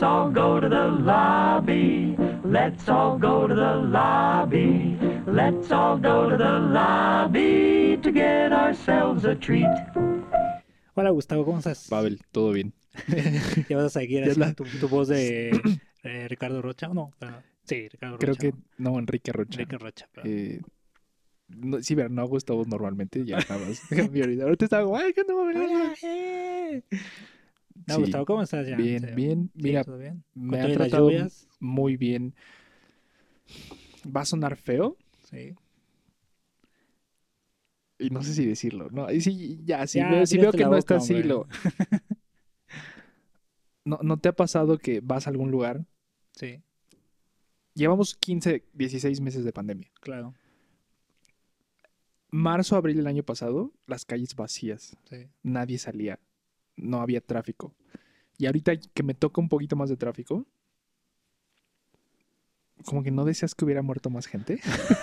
all go to the lobby. Let's all go to the lobby. Let's all go to the lobby to get ourselves a treat. Hola Gustavo, ¿cómo estás? Pavel, todo bien. ¿Ya vas a seguir Ya haciendo tu voz de Ricardo Rocha? ¿O no? Sí, Ricardo Creo Rocha. que no, Enrique Rocha. Enrique Rocha. Perdón. No, sí, pero no hago esta voz normalmente, ya nada más. Ahorita estaba como, ay, ¿qué no? Hola, No, Sí, Gustavo, ¿cómo estás ya? bien, Sí, bien. sí, Mira, ¿todo bien? me ¿Con ha todo y las tratado lluvias? muy bien. Va a sonar feo Sí. y no sé si decirlo, ¿no? Y sí, ya, Ya, si veo cállate que la no boca, está así, hombre. ¿No te ha pasado que vas a algún lugar? Sí, Llevamos 15, 16 meses de pandemia. claro. Marzo, abril del año pasado, las calles vacías. Sí. Nadie salía. No había tráfico. Y ahorita que me toca un poquito más de tráfico, como que no deseas que hubiera muerto más gente.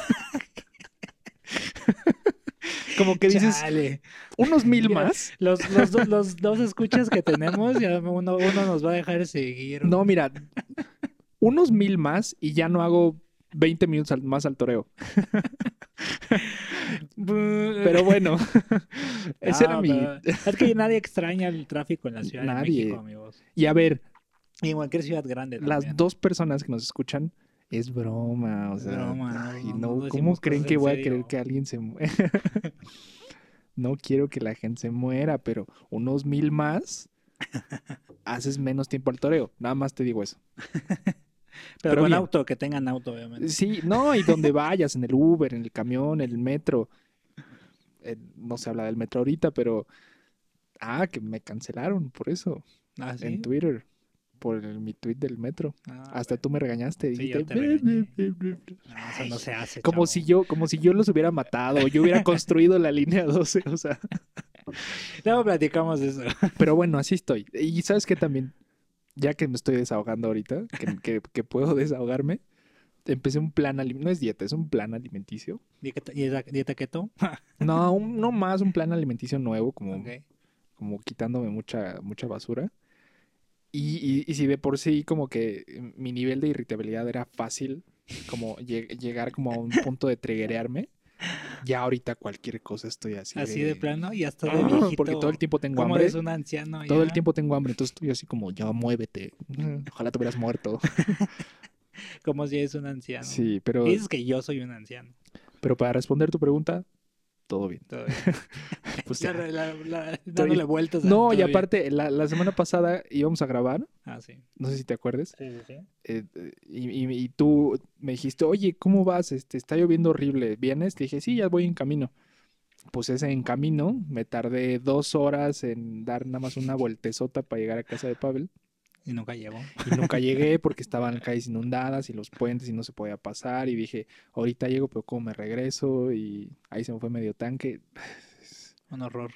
Como que dices, Chale. unos 1000 Ya, más. los dos escuchas que tenemos, ya uno nos va a dejar seguir. No, mira, unos 1000 más y ya no hago 20 minutos más al toreo. Pero bueno, ese era No, mi... pero es que nadie extraña el tráfico en la Ciudad de México, Nadie. amigos. Y a ver, Y en cualquier ciudad grande las también. 2 personas que nos escuchan, es broma, o Es sea, broma, ay, no no, ¿cómo decimos creen cosas que en voy a querer serio. que alguien se muera? No quiero que la gente se muera, pero unos 1000 más, haces menos tiempo al toreo. Nada más te digo eso. Pero con bien. auto, que tengan auto, obviamente. Sí, no, y donde vayas, en el Uber, en el camión, en el metro. No se habla del metro ahorita, pero... Ah, que me cancelaron por eso, ¿Ah, en sí? Twitter, por mi tweet del metro. Ah, Hasta bueno. tú me regañaste, Sí, dijiste... yo te regañé. No, eso no se hace, Como chavo. como si yo los hubiera matado, o yo hubiera construido la línea 12, o sea... Luego platicamos de eso. Pero bueno, así estoy. Y sabes que también, ya que me estoy desahogando ahorita, que puedo desahogarme, empecé un plan alimenticio. No es dieta, es un plan alimenticio. ¿Dieta keto? No, no más un plan alimenticio nuevo, Ok. como quitándome mucha basura. Y si de por sí como que mi nivel de irritabilidad era fácil, como llegar como a un punto de triggerearme, ya ahorita cualquier cosa estoy así Así de de... plano, ya estás de viejito. Porque todo el tiempo tengo ¿Cómo hambre. eres un anciano Todo el ya? tiempo tengo hambre, entonces estoy así como, ya muévete. Ojalá te hubieras muerto. ¿Cómo si eres un anciano? Sí, Dices que yo soy un anciano. pero para responder tu pregunta, todo bien. Todo bien. Pues ya. Dándole vueltas a No, y todo bien. aparte, la semana pasada íbamos a grabar, Ah, sí. no sé si te acuerdes, Sí, sí, sí. y tú me dijiste, oye, ¿cómo vas? Está lloviendo horrible, ¿vienes? Te dije, sí, ya voy en camino. Pues ese en camino, me tardé 2 horas en dar nada más una vueltezota para llegar a casa de Pavel. Y nunca llegó. Y nunca llegué porque estaban las calles inundadas y los puentes y no se podía pasar. Y dije, ahorita llego, pero ¿cómo me regreso? Y ahí se me fue medio tanque. Un horror.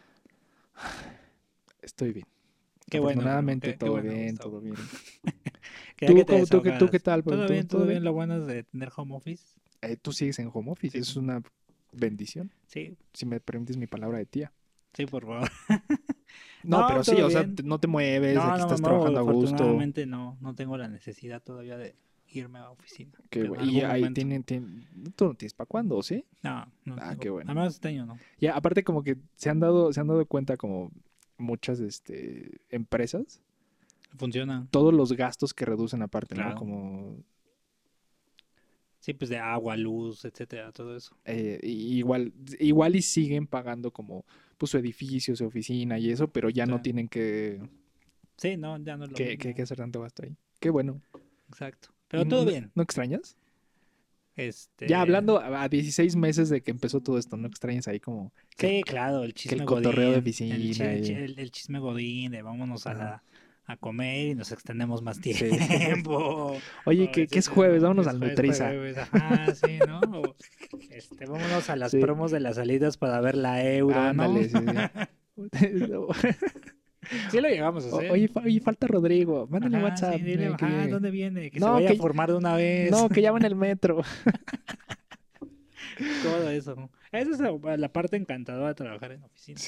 Estoy bien. Qué bueno, bro. Afortunadamente Qué todo bueno, bien, Gustavo. todo bien. Que ya ¿Tú, que te tú qué desahogas. tal, Pavel? Todo bien, todo ¿Todo bien. Lo bueno es de tener home office. Tú sigues en home office, Sí. es una bendición. Sí, Si me permites mi palabra de tía. sí, por favor. No, No, pero sí, todo o sea, bien. no te mueves, No, aquí no me estás muevo. trabajando a gusto. Afortunadamente no tengo la necesidad todavía de irme a oficina. Qué Pero en bueno. Y algún ahí momento. ¿tú no tienes para cuándo, sí? No Ah, tengo. qué bueno. Además este año no. Ya, aparte como que se han dado cuenta como muchas empresas, Funciona. todos los gastos que reducen aparte, ¿no? Claro. Como Sí, pues de agua, luz, etcétera, todo eso. igual y siguen pagando como pues su edificio, su oficina y eso, pero ya no Sí. tienen Sí, no, ya no es lo mismo. que hacer tanto gasto ahí. Qué bueno. Exacto. Pero ¿Y todo bien. no extrañas? Ya hablando a 16 meses de que empezó todo esto, ¿no extrañas ahí como Sí, claro, el que el chisme cotorreo de godín, oficina y... el chisme godín de vámonos Ajá. a comer y nos extendemos más Sí. tiempo. Oye, O ¿qué es etcétera, jueves? ¿no? Vámonos Es al jueves, Nutriza. ajá, sí, ¿no? O, vámonos a las Sí. promos de las salidas para ver la euro, Ándale, sí, ¿no? Sí lo llegamos a hacer. Oye, falta Rodrigo. Mándale Ajá, WhatsApp. sí, dile, Que ajá, llegue. ¿dónde viene? Que se No, vaya a formar de una vez. No, que ya va en el metro. Todo eso. Esa es la parte encantadora de trabajar en oficina. Sí.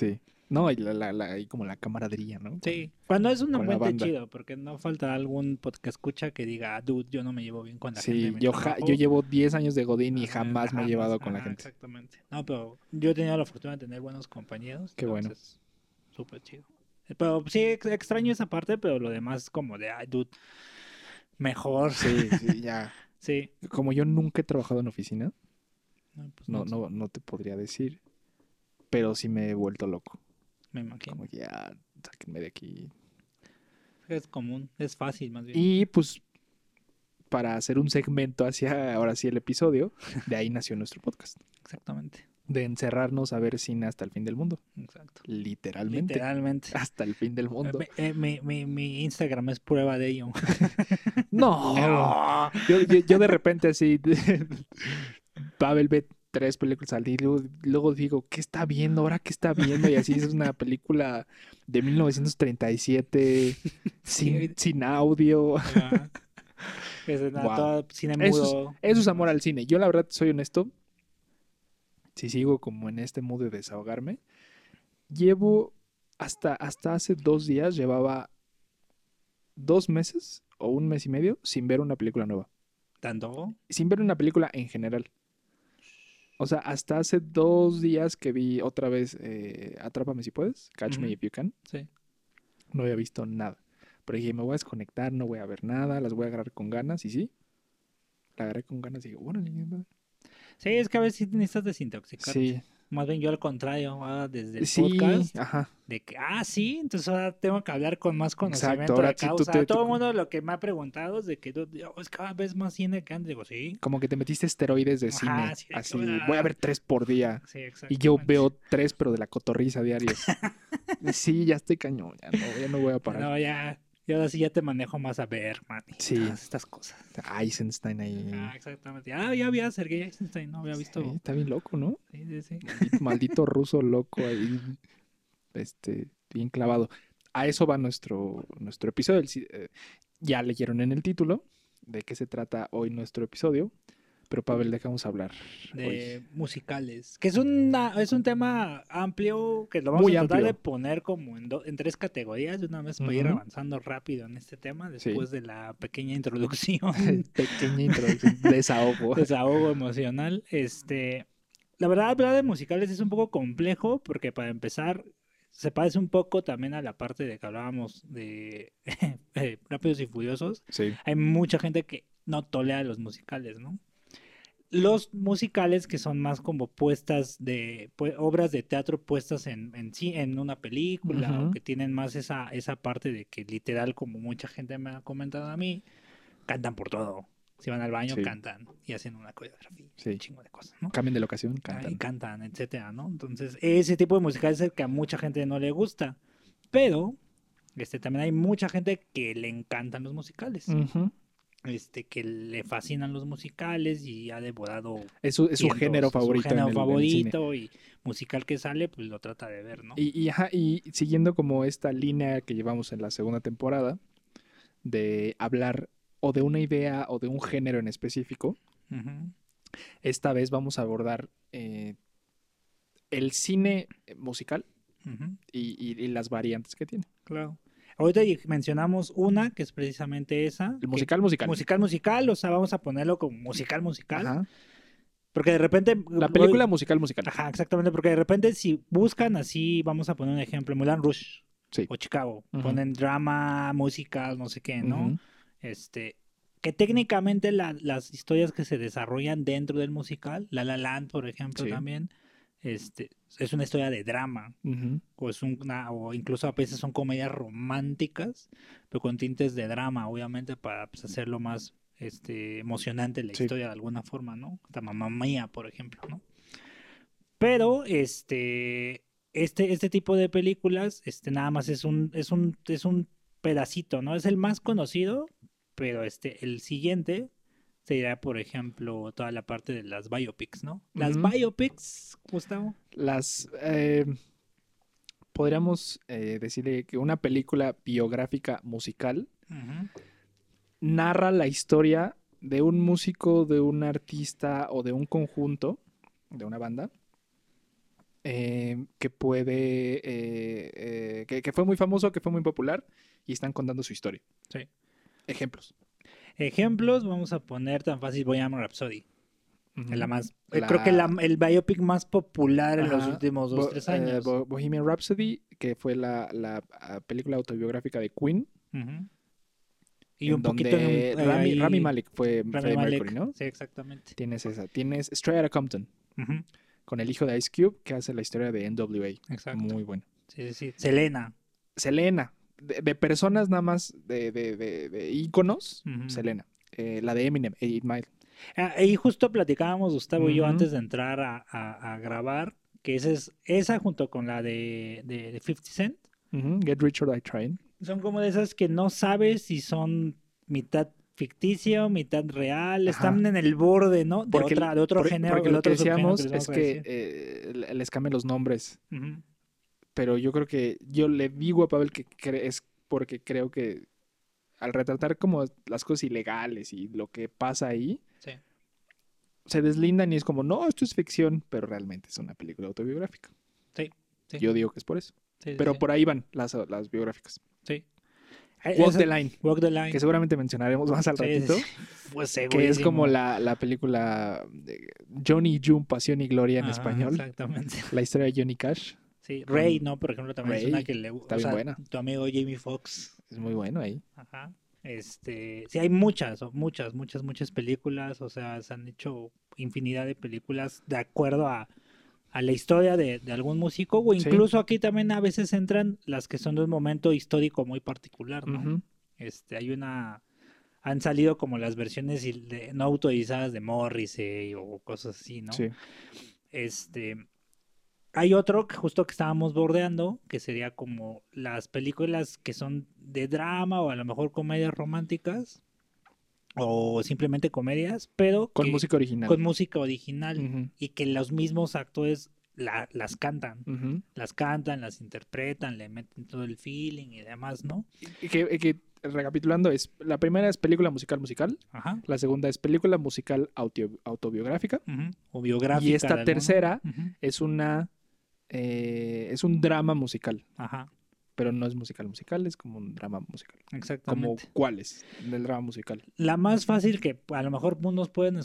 No, y y como la camaradería, ¿no? Sí, cuando es un con la ambiente banda. chido, porque no falta algún podcast escucha que diga, dude, yo no me llevo bien con la gente de Sí, mi yo trabajo. llevo 10 años de Godín y Ajá, jamás me he llevado con la ajá, gente. exactamente. No, pero yo he tenido la fortuna de tener buenos compañeros, Qué bueno. entonces, súper chido. Pero sí, extraño esa parte, pero lo demás es como de, ay, dude, mejor. Sí, sí, ya. Sí, Como yo nunca he trabajado en oficina, no, pues no, no te podría decir, pero sí me he vuelto loco. me imagino. Como que ya, sáquenme de aquí. Es común, es fácil más bien. Y pues para hacer un segmento hacia ahora sí el episodio, de ahí nació nuestro podcast. Exactamente, De encerrarnos a ver cine hasta el fin del mundo. exacto. Literalmente. Literalmente. Hasta el fin del mundo. Mi Instagram es prueba de ello. No. No. Yo de repente así, Pavel ve 3 películas al día y luego digo, ¿qué está viendo? ¿Ahora qué está viendo? Y así es una película de 1937 Sí, sin audio. ajá. Es nada, Wow. todo cine Eso es, mudo. eso es amor al cine. Yo la verdad soy honesto, si sigo como en este mood de desahogarme, llevo hasta hace 2 días, llevaba 2 meses o un mes y medio sin ver una película nueva. ¿Tanto? Sin ver una película en general. O sea, hasta hace 2 días que vi otra vez Atrápame si puedes, Catch Me Ujú, If You Can, sí. no había visto nada. Pero dije, me voy a desconectar, no voy a ver nada, las voy a agarrar con ganas. Y sí, la agarré con ganas y dije, bueno, Sí, es que a veces sí necesitas desintoxicarte. sí, Más bien yo al contrario, ahora desde el sí, podcast, ajá, de que, sí, entonces ahora tengo que hablar con más exacto. conocimiento Ahora de sí tú causa. Todo el mundo lo que me ha preguntado es de que es cada vez más cine que antes. Digo, sí, como que te metiste esteroides de ajá, cine, sí, de que, así, voy a ver 3 por día. sí, Y yo exactamente. veo 3, pero de la cotorriza diario. Sí, ya estoy cañón, ya no voy a parar. No, ya, y ahora sí ya te manejo más a ver, man, y Sí, todas estas cosas. Eisenstein ahí. Exactamente. Ya había Sergei Eisenstein, no había Sí, visto. está bien loco, ¿no? Sí, sí, sí. Maldito ruso loco ahí, bien clavado. A eso va nuestro episodio. Ya leyeron en el título de qué se trata hoy nuestro episodio, pero Pavel, dejamos hablar hoy. De musicales. Que es un tema amplio que lo vamos Muy a tratar de amplio. poner como en 3 categorías de una vez para ir Ujú, avanzando rápido en este tema sí. después de la pequeña introducción, Pequeña introducción, desahogo. desahogo emocional. La verdad, hablar de musicales es un poco complejo porque para empezar se parece un poco también a la parte de que hablábamos de Rápidos y Furiosos. Sí. Hay mucha gente que no tolera los musicales, ¿no? Los musicales que son más como obras de teatro puestas sí, en una película o Ujú, que tienen más esa parte de que literal, como mucha gente me ha comentado a mí, cantan por todo. Si van al baño, sí, cantan y hacen una coreografía, un sí. chingo de cosas, ¿no? Cambien de locación, Ahí cantan. cantan, etcétera, ¿no? Entonces, ese tipo de musicales es el que a mucha gente no le gusta. Pero, también hay mucha gente que le encantan los musicales. Ujú. Que le fascinan los musicales y ha devorado Es su género cientos, es su favorito en género el cine. favorito y musical que sale, pues lo trata de ver, ¿no? Ajá, y siguiendo como esta línea que llevamos en la segunda temporada, de hablar o de una idea o de un género en específico, Ujú, esta vez vamos a abordar el cine musical ujú, y las variantes que tiene. claro. Ahorita mencionamos una que es precisamente esa, El que musical. musical, o sea, vamos a ponerlo como musical, Ajá. porque de repente, La película musical. ajá, exactamente, porque de repente si buscan así, vamos a poner un ejemplo, Moulin Rouge Sí. o Chicago, Ujú, ponen drama, musical, no sé qué, ¿no? ujú, Que técnicamente las historias que se desarrollan dentro del musical, La La Land, por ejemplo, sí. también, es una historia de drama, Ujú, o incluso a veces son comedias románticas, pero con tintes de drama, obviamente, para pues, hacerlo más emocionante la sí. historia de alguna forma, ¿no? La Mamma Mía, por ejemplo, ¿no? Pero este tipo de películas, nada más es un pedacito, ¿no? Es el más conocido, pero el siguiente sería, por ejemplo, toda la parte de las biopics, ¿no? Las Ujú. biopics, Gustavo. Las podríamos decirle que una película biográfica musical Ujú, narra la historia de un músico, de un artista o de un conjunto, de una banda, que puede, que fue muy famoso, que fue muy popular y están contando su historia. Sí. Ejemplos. Ejemplos, vamos a poner tan fácil Bohemian Rhapsody. Ujú. La más, creo que el biopic más popular en los Ajá. últimos 2-3 años. Bohemian Rhapsody, que fue la película autobiográfica de Queen, Ujú. Y en un poquito donde ahí- Rami Malek fue Rami Freddie Malek. Mercury, ¿no? Sí, exactamente. Tienes esa. Tienes Straight Outta Compton, Ujú. con el hijo de Ice Cube, que hace la historia de NWA. Exacto. Muy bueno. Sí, sí, sí. Selena. Selena, de personas nada más, de íconos, Ujú. Selena. La de Eminem, 8 Mile. Y justo platicábamos, Gustavo y yo, Ujú. antes de entrar a grabar, que esa junto con la de 50 Cent, Ujú. Get Rich or Die Trying. son como de esas que no sabes si son mitad ficticio, mitad real, Ajá. están en el borde, ¿no? De Porque, otro género, porque de lo que otro subgénero decíamos les es vamos a que decir. les cambian los nombres. Ujú. Pero yo creo que yo le digo a Pavel que es porque creo que al retratar como las cosas ilegales y lo que pasa ahí, Sí, se deslindan y es como, no, esto es ficción, pero realmente es una película autobiográfica. sí, sí. Yo digo que es por eso. Sí, sí, Pero sí, por ahí van las biográficas. sí. Walk the Line, Walk the Line. que seguramente mencionaremos más al Sí, ratito, sí, pues que es segurísimo. como la película de Johnny y June, Pasión y Gloria en Ajá, español. exactamente. La historia de Johnny Cash. Sí, Con Ray, ¿no? Por ejemplo, también es una Ray, que le está o bien sea, buena. tu amigo Jamie Foxx. Es muy bueno ahí. Ajá. Sí, hay muchas películas, o sea, se han hecho infinidad de películas de acuerdo a la historia de algún músico, o Sí. incluso aquí también a veces entran las que son de un momento histórico muy particular, ¿no? Ujú. Han salido como las versiones no autorizadas de Morrissey o cosas así, ¿no? Sí. Hay otro que justo que estábamos bordeando, que sería como las películas que son de drama o a lo mejor comedias románticas o simplemente comedias, pero Con música original. con música original Ujú. y que los mismos actores las cantan, Ujú. las interpretan, le meten todo el feeling y demás, ¿no? Y que, recapitulando, la primera es película musical, Ajá. la segunda es película musical autobiográfica, Ujú. O biográfica. y esta de alguno. tercera Ujú. es es un drama musical, Ajá, pero no es musical, es como un drama musical. Como exactamente. ¿cuáles del drama musical? La más fácil que a lo mejor unos pueden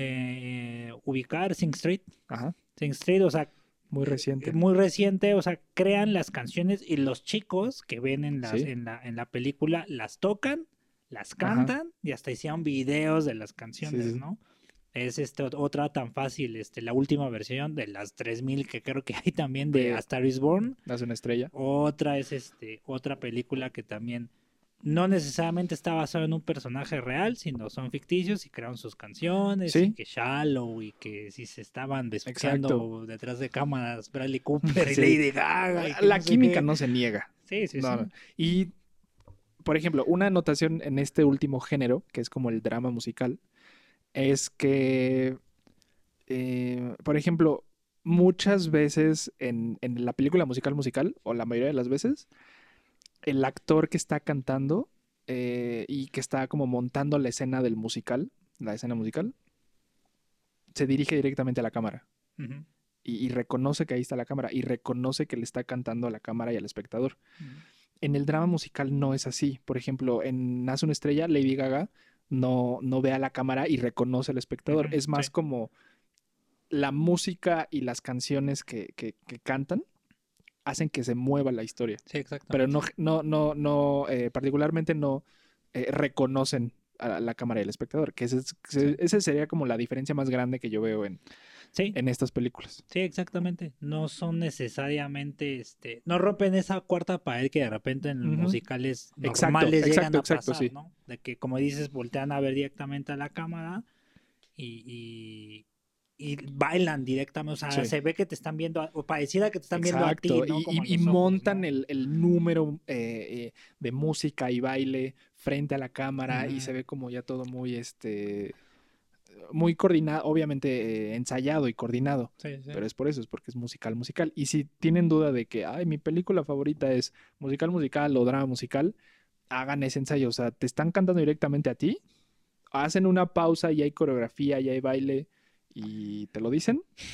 ubicar, Sing Street. Ajá, Sing Street, o sea, muy reciente. muy reciente, o sea, crean las canciones y los chicos que ven Sí. en la película las tocan, las Ajá. cantan y hasta hicieron videos de las canciones, Sí, sí. ¿no? Es otra tan fácil, la última versión de las 3000 que creo que hay también de De- A Star is Born. Nace una estrella. Otra es otra película que también no necesariamente está basada en un personaje real, sino son ficticios y crearon sus canciones, Sí. y que Shallow, y que si se estaban besuqueando Exacto. detrás de cámaras Bradley Cooper y Sí. Lady Gaga. y que La no sé química qué. no se niega. Sí, sí, No, sí. no. Y, por ejemplo, una anotación en este último género, que es como el drama musical, es que, por ejemplo, muchas veces en la película musical, o la mayoría de las veces, el actor que está cantando y que está como montando la escena musical, se dirige directamente a la cámara. Ujú, Y reconoce que ahí está la cámara y reconoce que le está cantando a la cámara y al espectador. ujú. En el drama musical no es así. Por ejemplo, en Nace una estrella, Lady Gaga no ve a la cámara y reconoce al espectador. Ujú, Es más sí. como la música y las canciones que cantan hacen que se mueva la historia. Sí, exactamente. Pero particularmente no reconocen a la cámara y al espectador. Que ese sería como la diferencia más grande que yo veo Sí, en estas películas. sí, exactamente. No son necesariamente, no rompen esa cuarta pared que de repente en los Ujú. musicales Exacto, normales llegan exacto, a exacto, pasar, sí. ¿no? De que, como dices, voltean a ver directamente a la cámara y bailan directamente, o sea, Sí. se ve que te están viendo, o pareciera que te están viendo a ti, Exacto, ¿no? y, Como a y los ojos, montan ¿no? el número de música y baile frente a la cámara y Ujú. se ve como ya todo muy coordinado, obviamente ensayado y coordinado, Sí, sí. pero es por eso, es porque es musical. Y si tienen duda de que, ay, mi película favorita es musical o drama musical, hagan ese ensayo, o sea, te están cantando directamente a ti, hacen una pausa y hay coreografía y hay baile y te lo dicen,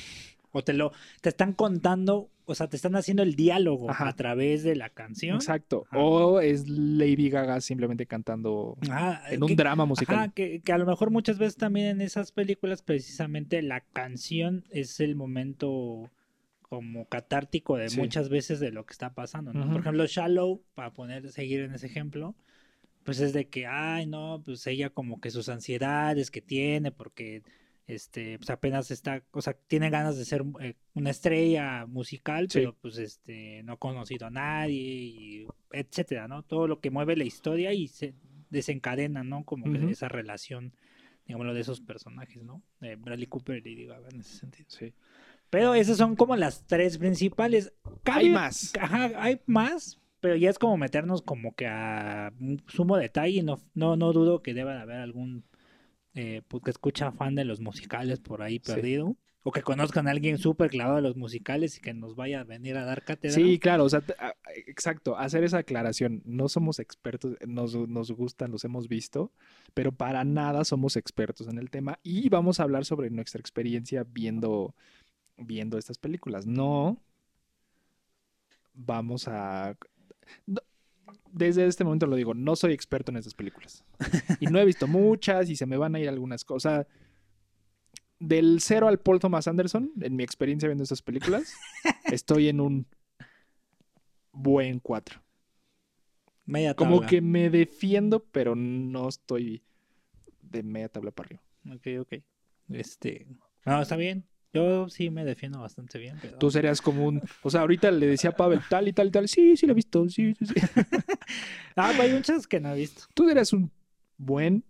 O te están contando, o sea, te están haciendo el diálogo Ajá. a través de la canción. Exacto. Ajá. O es Lady Gaga simplemente cantando Ajá, en un drama musical. Ajá, que a lo mejor muchas veces también en esas películas precisamente la canción es el momento como catártico de Sí. muchas veces de lo que está pasando, ¿no? Ujú. Por ejemplo, Shallow, para seguir en ese ejemplo, pues es de que, ay, no, pues ella como que sus ansiedades que tiene, porque pues apenas está, o sea, tiene ganas de ser una estrella musical, Sí. pero pues no ha conocido a nadie, y etcétera, ¿no? Todo lo que mueve la historia y se desencadena, ¿no? Como Ujú. que esa relación, digámoslo, de esos personajes, ¿no? De Bradley Cooper y Lady Gaga en ese sentido. Sí. Pero esas son como las tres principales. Hay más. Ajá, hay más, pero ya es como meternos como que a un sumo detalle. Y no dudo que deba de haber algún pues, que escucha fan de los musicales por ahí Sí. perdido. O que conozcan a alguien súper clavado de los musicales y que nos vaya a venir a dar cátedra. Sí, claro, o sea, exacto, hacer esa aclaración. No somos expertos, nos gustan, los hemos visto, pero para nada somos expertos en el tema y vamos a hablar sobre nuestra experiencia viendo estas películas. No vamos a... no- Desde este momento lo digo, no soy experto en estas películas. Y no he visto muchas y se me van a ir algunas cosas. Del 0 al Paul Thomas Anderson, en mi experiencia viendo estas películas, estoy en un buen 4. Media Como tabla. que me defiendo, pero no estoy de media tabla para arriba. Ok. No, está bien. Yo sí me defiendo bastante bien, pero... Tú serías como un... O sea, ahorita le decía a Pavel tal y tal y tal. Sí, sí lo he visto. Sí, sí, sí. pero hay muchas que no he visto. Tú serías un buen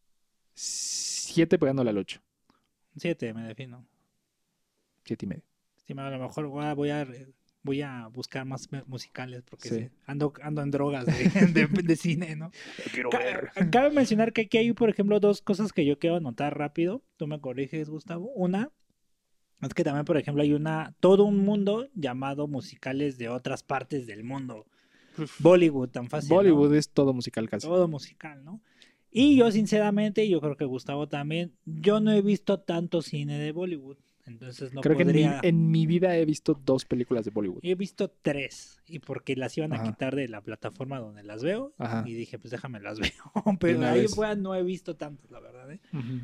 7 pegándole al 8. 7 me defino. 7.5. Sí, a lo mejor voy a buscar más musicales porque Sí. sí, ando en drogas de cine, ¿no? Quiero ver. Cabe mencionar que aquí hay, por ejemplo, dos cosas que yo quiero anotar rápido. Tú me corriges, Gustavo. Una, es que también, por ejemplo, hay todo un mundo llamado musicales de otras partes del mundo. Bollywood, tan fácil, Bollywood ¿no? es todo musical casi. Todo musical, ¿no? Y yo, sinceramente, yo creo que Gustavo también, yo no he visto tanto cine de Bollywood. Entonces no Creo que podría... en mi vida he visto 2 películas de Bollywood. He visto 3 y porque las iban a Ajá. quitar de la plataforma donde las veo Ajá. y dije, pues déjame las veo. De Pero una ahí vez. fuera no he visto tantas, la verdad. Ujú.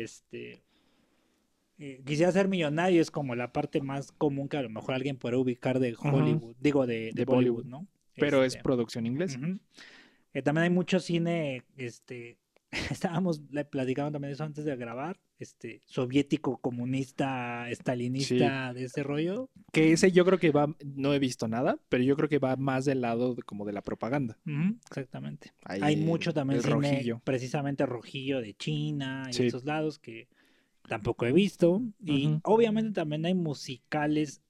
Quisiera ser millonario es como la parte más común que a lo mejor alguien puede ubicar de Hollywood, digo de De Bollywood, Bollywood. ¿no? Pero es producción inglesa. Ujú. También hay mucho cine, platicando también de eso antes de grabar, soviético, comunista, stalinista, de ese rollo. Que ese yo creo que va, no he visto nada, pero yo creo que va más del lado como de la propaganda. Ujú, exactamente. Ahí Hay mucho también el cine, rojillo. precisamente rojillo de China y Sí. esos lados que tampoco he visto. Y Ujú. obviamente también hay musicales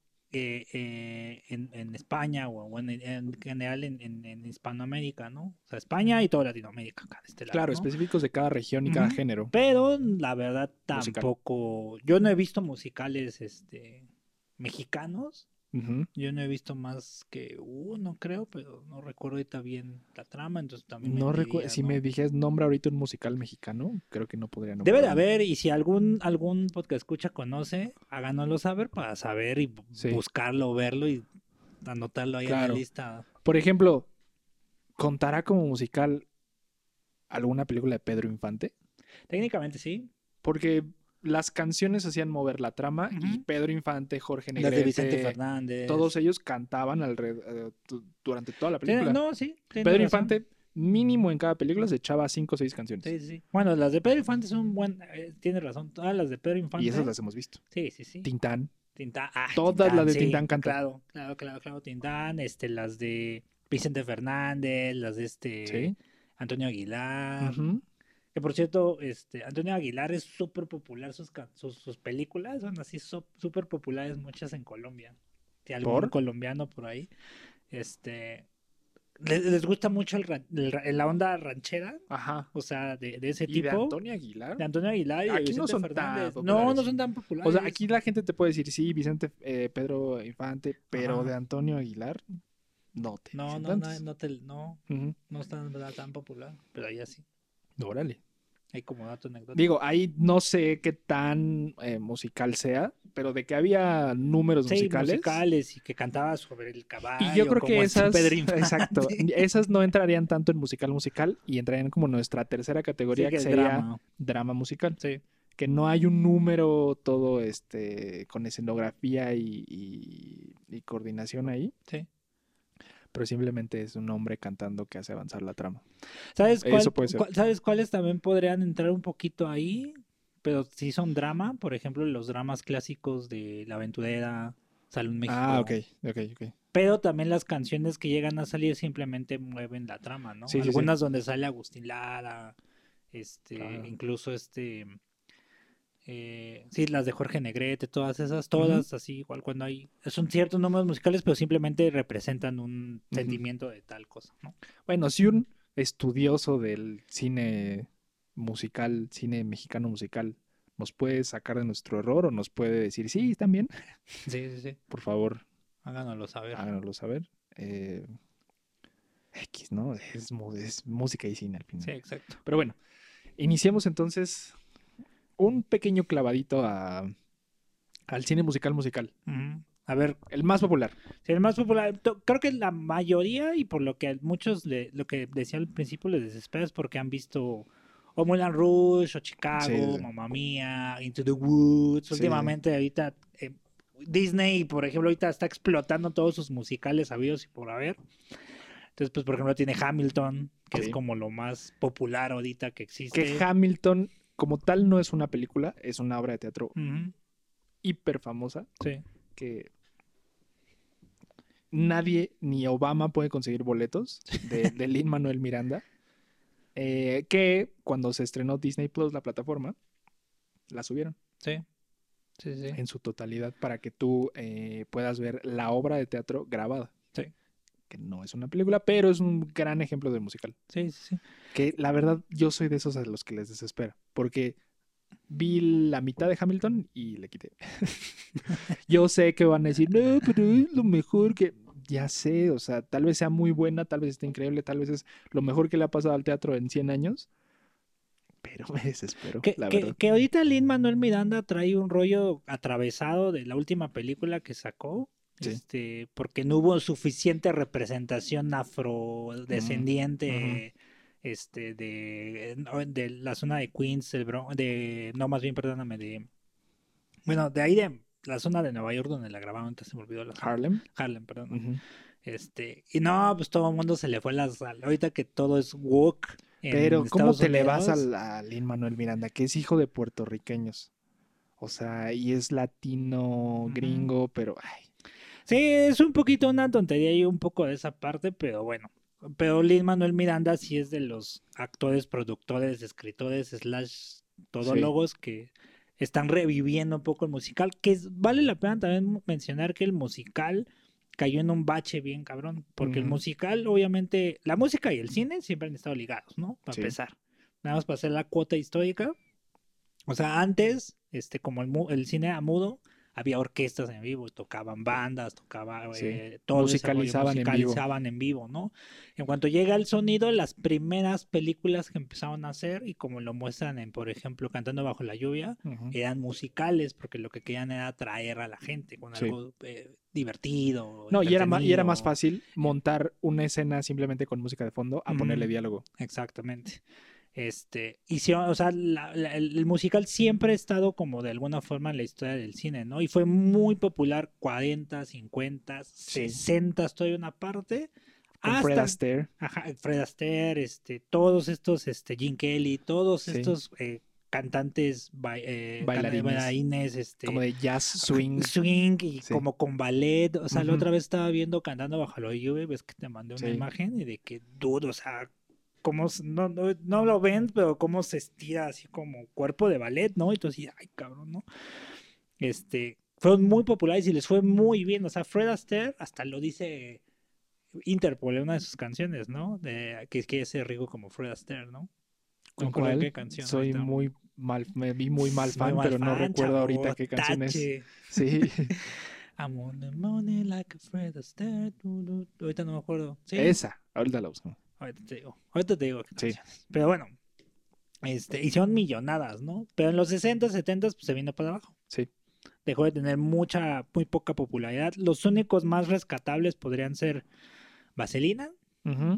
en España o en general en Hispanoamérica, ¿no? O sea, España y toda Latinoamérica acá de este lado, Claro, ¿no? específicos de cada región y cada Ujú. género. Pero la verdad Musical. tampoco, yo no he visto musicales mexicanos. Ujú. Yo no he visto más que uno, creo, pero no recuerdo ahorita bien la trama, entonces también No mentiría, recuerdo, si ¿no? me dijeras nombra ahorita un musical mexicano, creo que no podría nombrar. Debe de uno. haber, y si algún podcast escucha conoce, háganoslo saber para saber y Sí. buscarlo, verlo y anotarlo ahí en la Claro. lista. Por ejemplo, ¿contará como musical alguna película de Pedro Infante? Técnicamente sí. Porque las canciones hacían mover la trama y Ujú. Pedro Infante, Jorge Las de Vicente Negrete, Fernández. todos ellos cantaban durante toda la película. No, sí. tiene Pedro razón. Infante, mínimo en cada película, se echaba 5 o 6 canciones. Sí. Bueno, las de Pedro Infante son tiene razón. Todas las de Pedro Infante. Y esas las hemos visto. Sí. Tintán. Tintán. Todas las de sí, Tintán cantan. Claro. Tintán, las de Vicente Fernández, las de Sí. Antonio Aguilar. Ujú. Que por cierto, Antonio Aguilar es súper popular, sus películas son así súper populares, muchas en Colombia. Si algún ¿Por? colombiano por ahí, les gusta mucho la onda ranchera, Ajá. o sea, de ese ¿Y de tipo. Antonio Aguilar? De Antonio Aguilar y de Aquí no Vicente son Fernández. tan No populares. son tan populares. O sea, aquí la gente te puede decir, sí, Vicente, Pedro Infante, pero Ajá. de Antonio Aguilar, no te No, dicen no, tantos. Ujú. no es tan popular, pero allá sí. Órale. Hay como dato anecdótico. Digo, ahí no sé qué tan musical sea, pero de que había números Sí, musicales. musicales y que cantaba sobre el caballo. Y yo creo como que este esas, Pedro Infante. exacto, esas no entrarían tanto en musical y entrarían como nuestra tercera categoría, Sí, que es sería drama musical. Sí. Que no hay un número todo con escenografía y coordinación ahí, Sí. pero simplemente es un hombre cantando que hace avanzar la trama. ¿Sabes Eso puede ser. ¿Sabes cuáles también podrían entrar un poquito ahí? Pero sí son drama, por ejemplo, los dramas clásicos de La Aventurera, Salud México. Ah, ok. Pero también las canciones que llegan a salir simplemente mueven la trama, ¿no? Sí, sí, sí. Algunas donde sale Agustín Lara, Claro. incluso sí, las de Jorge Negrete, todas esas, todas así, igual cuando hay, son ciertos números musicales, pero simplemente representan un sentimiento de tal cosa, ¿no? Bueno, si un estudioso del cine musical, cine mexicano musical, nos puede sacar de nuestro error o nos puede decir, sí, están bien, Sí. por favor, Háganoslo saber. háganoslo saber. X, ¿no? Es música y cine al final. Sí, exacto. Pero bueno, iniciemos entonces un pequeño clavadito al cine musical. A ver, El más popular. sí, el más popular, creo que la mayoría, y por lo que a muchos, lo que decía al principio, les desespera es porque han visto o Moulin Rouge, o Chicago, Sí. Mamma Mía, Into the Woods. Sí. Últimamente, ahorita, Disney, por ejemplo, ahorita está explotando todos sus musicales habidos y por haber. Entonces, pues, por ejemplo, tiene Hamilton, que Sí. es como lo más popular ahorita que existe. Que Hamilton, como tal, no es una película, es una obra de teatro hiper famosa. Sí. Que nadie, ni Obama, puede conseguir boletos de Lin-Manuel Miranda. Que cuando se estrenó Disney Plus, la plataforma, la subieron Sí. en su totalidad para que tú puedas ver la obra de teatro grabada. Sí. Que no es una película, pero es un gran ejemplo de musical. Sí. Que la verdad, yo soy de esos a los que les desespera. Porque vi la mitad de Hamilton y le quité. Yo sé que van a decir, no, pero es lo mejor que... Ya sé, o sea, tal vez sea muy buena, tal vez esté increíble, tal vez es lo mejor que le ha pasado al teatro en 100 años. Pero me desespero, la verdad. Que ahorita Lin-Manuel Miranda trae un rollo atravesado de la última película que sacó. Sí. Porque no hubo suficiente representación afrodescendiente de la zona de Queens, no, más bien, perdóname, bueno, de ahí de la zona de Nueva York donde la grabaron, entonces se me olvidó la zona. Harlem, perdón. Y no, pues todo el mundo se le fue ahorita que todo es woke en Pero ¿cómo Estados te le vas Unidos? a Lin-Manuel Miranda, que es hijo de puertorriqueños? O sea, y es latino, gringo, pero... Ay. Sí, es un poquito una tontería y un poco de esa parte, pero bueno. Pero Lin-Manuel Miranda sí es de los actores, productores, escritores, todólogos que están reviviendo un poco el musical, vale la pena también mencionar que el musical cayó en un bache bien cabrón, porque el musical, obviamente, la música y el cine siempre han estado ligados, ¿no? Para empezar. Nada más para hacer la cuota histórica. O sea, antes, como el cine era mudo, había orquestas en vivo, tocaban bandas, todo musicalizaban en vivo, ¿no? En cuanto llega el sonido, las primeras películas que empezaron a hacer, y como lo muestran en, por ejemplo, Cantando bajo la lluvia, eran musicales, porque lo que querían era atraer a la gente con algo divertido. No, y era más fácil montar una escena simplemente con música de fondo a ponerle diálogo. Exactamente. O sea, el musical siempre ha estado como de alguna forma en la historia del cine, ¿no? Y fue muy popular 40, 50, 60, estoy una parte. Con Fred Astaire. Ajá, Fred Astaire, todos estos, Gene Kelly, todos estos cantantes, bailarines, como de jazz, swing. Swing y como con ballet. O sea, la otra vez estaba viendo Cantando bajo la lluvia, ves que te mandé una imagen y de que, dude, o sea, cómo no lo ven, pero cómo se estira así como cuerpo de ballet, ¿no? Y tú así, ay, cabrón, ¿no? Fueron muy populares y les fue muy bien. O sea, Fred Astaire hasta lo dice Interpol en una de sus canciones, ¿no? Que quiere ser rico como Fred Astaire, ¿no? ¿Con cuál? ¿Qué canción? Soy muy mal, me vi muy mal fan, pero no recuerdo ahorita qué canción es. Sí. I'm on the money like a Fred Astaire. Ahorita no me acuerdo. ¿Sí? Esa, ahorita la busco. Ahorita te digo qué canciones. Pero bueno, hicieron millonadas, ¿no? Pero en los 60, 70 pues se vino para abajo. Sí. dejó de tener muy poca popularidad. Los únicos más rescatables podrían ser Vaselina, Ujú.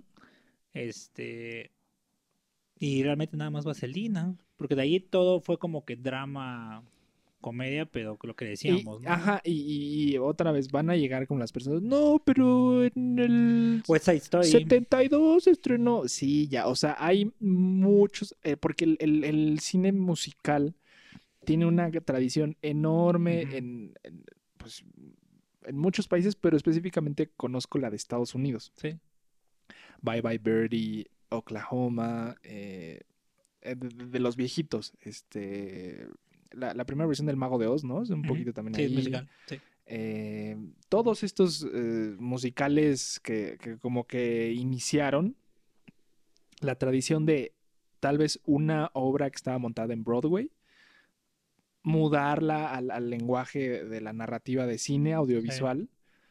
y realmente nada más Vaselina, porque de ahí todo fue como que drama, comedia, pero lo que decíamos, ¿no? Ajá, y otra vez van a llegar con las personas. No, pero en el West Side Story. 72 estrenó. Sí, ya, o sea, hay muchos, porque el cine musical tiene una tradición enorme Ujú. pues, en muchos países, pero específicamente conozco la de Estados Unidos. Sí. Bye Bye Birdie, Oklahoma, de los viejitos, la primera versión del Mago de Oz, ¿no? Es un Ujú. poquito también Sí, es ahí. musical. Sí. Todos estos musicales que como que iniciaron la tradición de tal vez una obra que estaba montada en Broadway, mudarla al lenguaje de la narrativa de cine audiovisual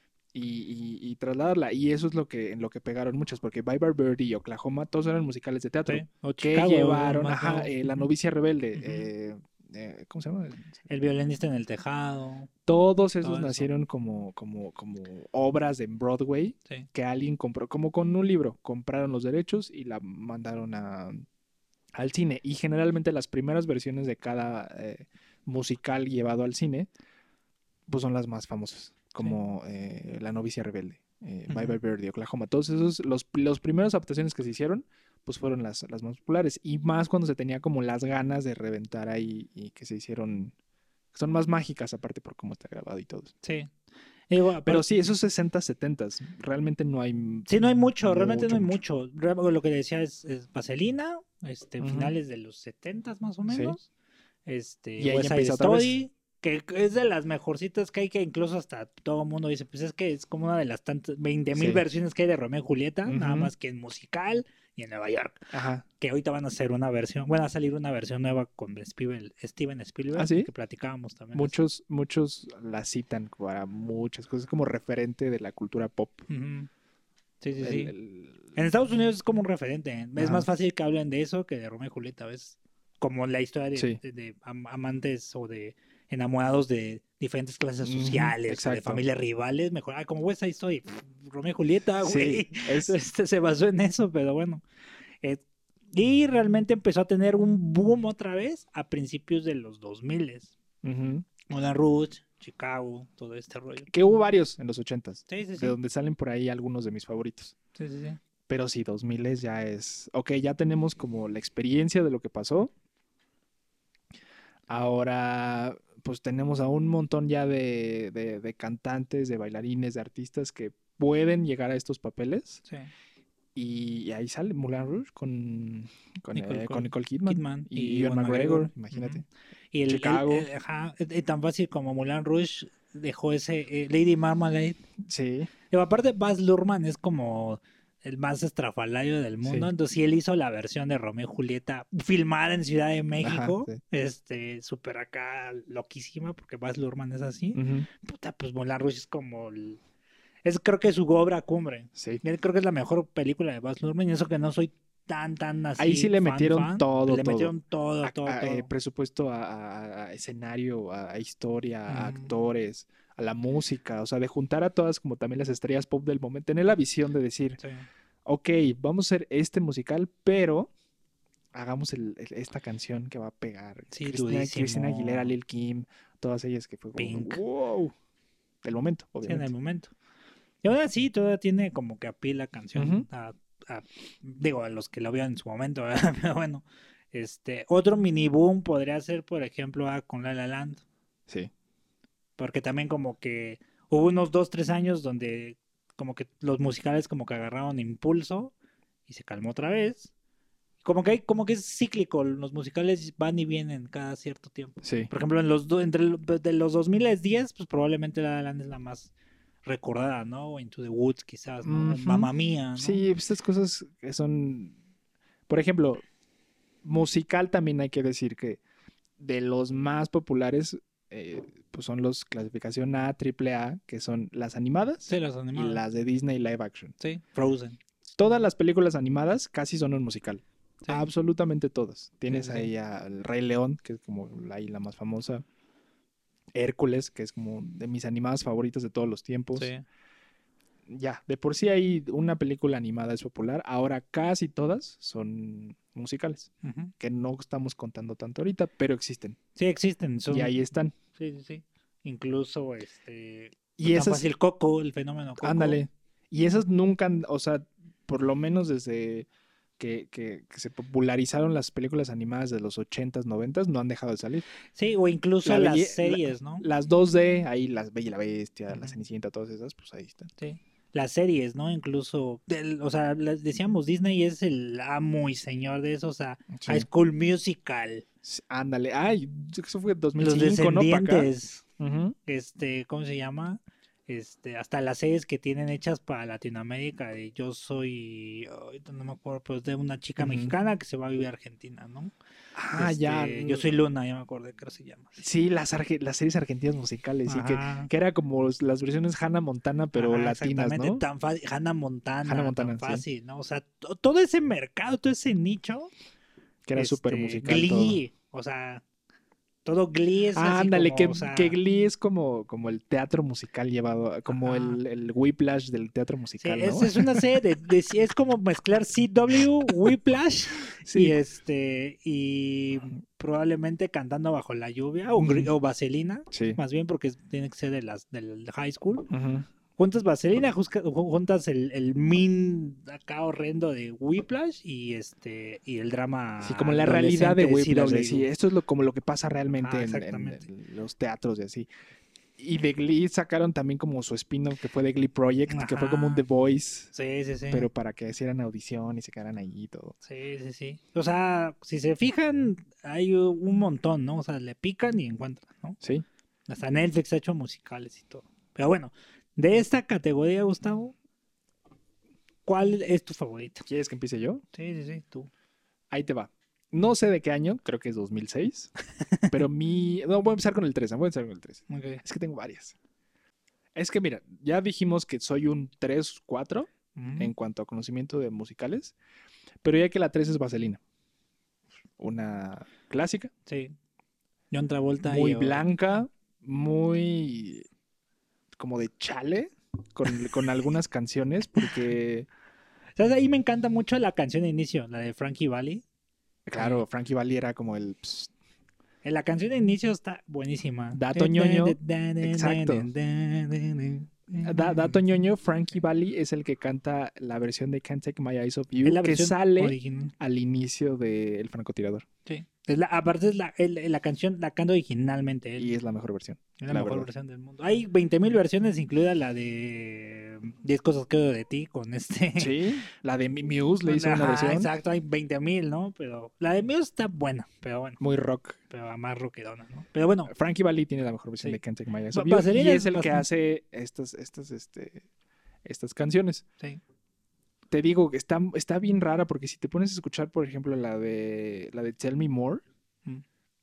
y trasladarla. Y eso es en lo que pegaron muchas, porque Bye Bye Birdie y Oklahoma, todos eran musicales de teatro. Sí. O Que Chicago, llevaron, más nuevo. La Ujú. novicia rebelde, Ujú. ¿cómo se llama? El violinista en el tejado. Todos esos Todo eso. nacieron como obras en Broadway Sí. que alguien compró, como con un libro, compraron los derechos y la mandaron al cine. Y generalmente las primeras versiones de cada musical llevado al cine, pues son las más famosas, como La novicia rebelde, Bye Bye Ujú. Birdie, Oklahoma. Todos esos, los primeros adaptaciones que se hicieron, pues fueron las más populares. Y más cuando se tenía como las ganas de reventar ahí y que se hicieron, son más mágicas aparte por cómo está grabado y todo. Sí. Y digo, Pero aparte, sí, esos 60, 70, realmente no hay sí, no hay mucho, realmente no hay mucho. mucho. Lo que decía es Vaselina, Ujú. finales de los 70 más o Sí. menos. Y ahí West Side empieza otra vez. Story, que es de las mejorcitas que hay, que incluso hasta todo el mundo dice, pues es que es como una de las tantas 20,000 Sí. versiones que hay de Romeo y Julieta, nada Ujú. más que en musical y en Nueva York. Ajá. Que ahorita van a hacer una versión, bueno, va a salir una versión nueva con Steven Ah, Spielberg, sí. que platicábamos también de eso. Muchos la citan para muchas cosas, como referente de la cultura pop. Ujú. Sí, sí, El, sí. el- En Estados Unidos es como un referente. Es Ajá. más fácil que hablen de eso que de Romeo y Julieta, ¿ves? Como la historia Sí. de amantes o de enamorados de diferentes clases Ujú. sociales o de Exacto. familias rivales. Mejor, como West Side Story, Romeo y Julieta, Sí. güey. Se basó en eso, pero bueno. Eh, y realmente empezó a tener un boom otra vez a principios de los 2000. Ujú. Moulin Rouge, Chicago, todo este rollo. Que hubo varios en los 80s, Sí, sí, de sí. donde salen por ahí algunos de mis favoritos. Sí, sí, sí. Pero sí, 2000 ya es. Ok, ya tenemos como la experiencia de lo que pasó. Ahora, pues tenemos a un montón ya de cantantes, de bailarines, de artistas que pueden llegar a estos papeles. Sí. Y ahí sale Moulin Rouge con Nicole Kidman Kidman y y Ewan Ewan McGregor, McGregor. imagínate. Ujú. Y Chicago, ajá, tan fácil como Moulin Rouge dejó ese Lady Marmalade. sí, Pero aparte, Baz Luhrmann es como el más estrafalario del mundo. sí, Entonces, si él hizo la versión de Romeo y Julieta filmada en Ciudad de ajá, México, sí. súper acá loquísima, porque Baz Luhrmann es así. Ujú, Puta, pues Moulin Rouge es como es creo que su obra cumbre. sí. Yo creo que es la mejor película de Baz Luhrmann, y eso que no soy tan Ahí sí así le fan, metieron fan. todo, Le todo. metieron todo, todo, todo. Presupuesto a escenario, a historia, a Mm, actores, a la música, o sea, de juntar a todas como también las estrellas pop del momento, tener la visión de decir, sí, ok, vamos a hacer este musical, pero hagamos esta canción que va a pegar. sí, Cristina Aguilera, durísimo. Lil Kim, todas ellas que fue como, Pink. wow, del momento, Sí, en el obviamente. momento. Y ahora sí, todavía tiene como que a pie la Ujú. canción. Digo, a los que lo vieron en su momento, ¿verdad? Pero bueno. Otro mini boom podría ser, por ejemplo, con La La Land. Sí, Porque también como que hubo unos 2, 3 años donde como que los musicales como que agarraron impulso y se calmó otra vez. Como que es cíclico, los musicales van y vienen cada cierto tiempo. sí. Por ejemplo, de los 2010, pues probablemente La La Land es la más recordada, ¿no? O Into the Woods quizás, ¿no? O Ujú. Mamma Mía, ¿no? Sí, estas cosas que son, por ejemplo, musical también hay que decir que de los más populares, pues son los clasificación A, triple A, que son las animadas Sí, las y animadas. las de Disney live action. Sí, Frozen. Todas las películas animadas casi son un musical. Sí, Absolutamente todas. sí, Tienes sí, sí. ahí al Rey León, que es como ahí la más famosa. Hércules, que es como de mis animadas favoritas de todos los tiempos. Sí. Ya, de por sí hay una película animada es popular, ahora casi todas son musicales, Ujú. que no estamos contando tanto ahorita, pero existen. Sí, existen. Y ahí están. Sí, sí, sí. Incluso, Y tan esas, fácil Coco, el fenómeno Coco. ándale, y esas nunca, o sea, por lo menos desde que se popularizaron las películas animadas de los 80s, 90s, no han dejado de salir. Sí, o incluso La las belle- series, ¿no? Las 2D, ahí las Bella y la Bestia, la Ujú. Cenicienta, todas esas, pues ahí están. Sí. Las series, ¿no? Incluso, o sea, decíamos, Disney es el amo y señor de eso, o sea, Sí. High School Musical, Ándale, ay, eso fue Los 2005, ¿no? Pa' acá. Descendientes, Ujú. ¿cómo se llama? Hasta las series que tienen hechas para Latinoamérica, de Yo soy, ahorita no me acuerdo, pero es de una chica Ujú. mexicana que se va a vivir a Argentina, ¿no? Ya. Yo soy Luna, ya me acordé que se llama. Sí, las series argentinas musicales, sí, Ajá. que era como las versiones Hannah Montana, pero Ajá, latinas, exactamente, ¿no? tan fácil, Hannah Montana, Hannah Montana, tan sí. fácil, ¿no? O sea, todo ese mercado, todo ese nicho, Que era súper musical Glee, o sea, todo Glee es todo. así Ándale, como, que, o sea, que Glee es como el teatro musical llevado, como Ajá. el Whiplash del teatro sí, musical, ¿no? es una serie es como mezclar CW, Whiplash Sí. y probablemente Cantando bajo la lluvia Ujú. o Vaselina, Sí. más bien porque tiene que ser del high school. Ujú. Juntas Vaselina, juntas el acá horrendo de Whiplash y el drama Sí, como la realidad de adolescente Whiplash, de CW. sí, esto es como lo que pasa realmente Ajá, en exactamente. los teatros y así. Y de Glee sacaron también como su spin-off que fue de Glee Project, que fue como un Ajá. The Voice, Sí, sí, sí. pero para que hicieran audición y se quedaran ahí y todo. Sí, sí, sí. O sea, si se fijan, hay un montón, ¿no? O sea, le pican y encuentran, ¿no? Sí. Hasta Netflix ha hecho musicales y todo. Pero bueno, de esta categoría, Gustavo, ¿cuál es tu favorita? ¿Quieres que empiece yo? Sí, sí, sí, tú. Ahí te va. No sé de qué año, creo que es 2006, pero No, voy a empezar con el 3, voy a empezar con el 3. Ok. Es que tengo varias. Es que mira, ya dijimos que soy un 3-4 Ujú. en cuanto a conocimiento de musicales, pero ya que la 3 es Vaselina. Una clásica, Sí. John Travolta muy y blanca, muy como de chale con algunas canciones, porque, ¿Sabes? Ahí me encanta mucho la canción de inicio, la de Frankie Valli. claro, Frankie Valli era como el... La canción de inicio está buenísima. Dato ñoño, exacto. Dato ñoño, Frankie Valli es el que canta la versión de Can't Take My Eyes Off You, Es la que versión sale original. al inicio de El francotirador. Sí. Aparte es la canción, la canta originalmente él. Y es la mejor versión. Es la la mejor verdad. versión del mundo. Hay 20.000 versiones, incluida la de 10 cosas que odio de ti con Sí, la de Muse le hizo una Ajá, versión exacto, hay 20.000, ¿no? Pero la de Muse está buena, pero bueno, muy rock. pero más rockerona, ¿no? Pero bueno, Frankie Valli tiene la mejor versión Sí. de Can't Take My Eyes Off You, y Vaselina es el que bastante- hace estas canciones. sí. Te digo que está bien rara porque si te pones a escuchar, por ejemplo, la de Tell Me More, Mm.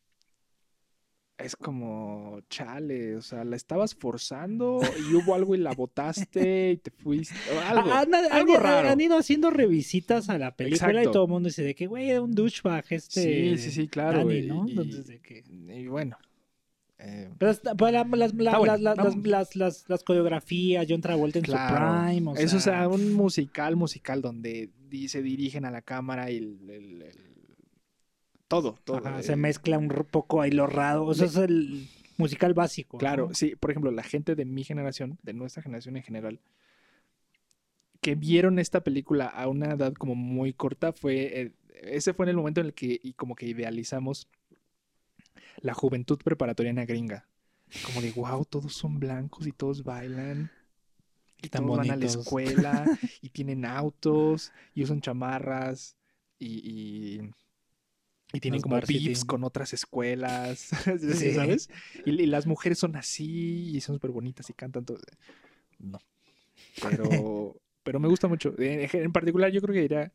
es como chale, o sea, la estabas forzando y hubo algo y la botaste y te fuiste, o algo, algo raro. Han ido haciendo revisitas a la película Exacto. y todo el mundo dice de que, güey, era un douchebag Sí, claro. Dani, ¿no? Entonces, de que... Y bueno. Pero bueno, las coreografías, John Travolta en su claro. prime, o Eso, o sea, sea, un musical donde se dirigen a la cámara y todo. ajá, se mezcla un poco ahí lo raro, o sea, es el musical básico, Claro, ¿no? sí, por ejemplo, la gente de mi generación, de nuestra generación en general, que vieron esta película a una edad como muy corta, ese fue en el momento en el que como que idealizamos la juventud preparatoriana gringa. Como de, wow, todos son blancos y todos bailan. Y Tan todos van a la bonitos. escuela y tienen autos y usan chamarras y tienen Los como varsity. beefs con otras escuelas, Sí. ¿sabes? Y las mujeres son así y son súper bonitas y cantan todo. No. Pero me gusta mucho. En particular, yo creo que diría,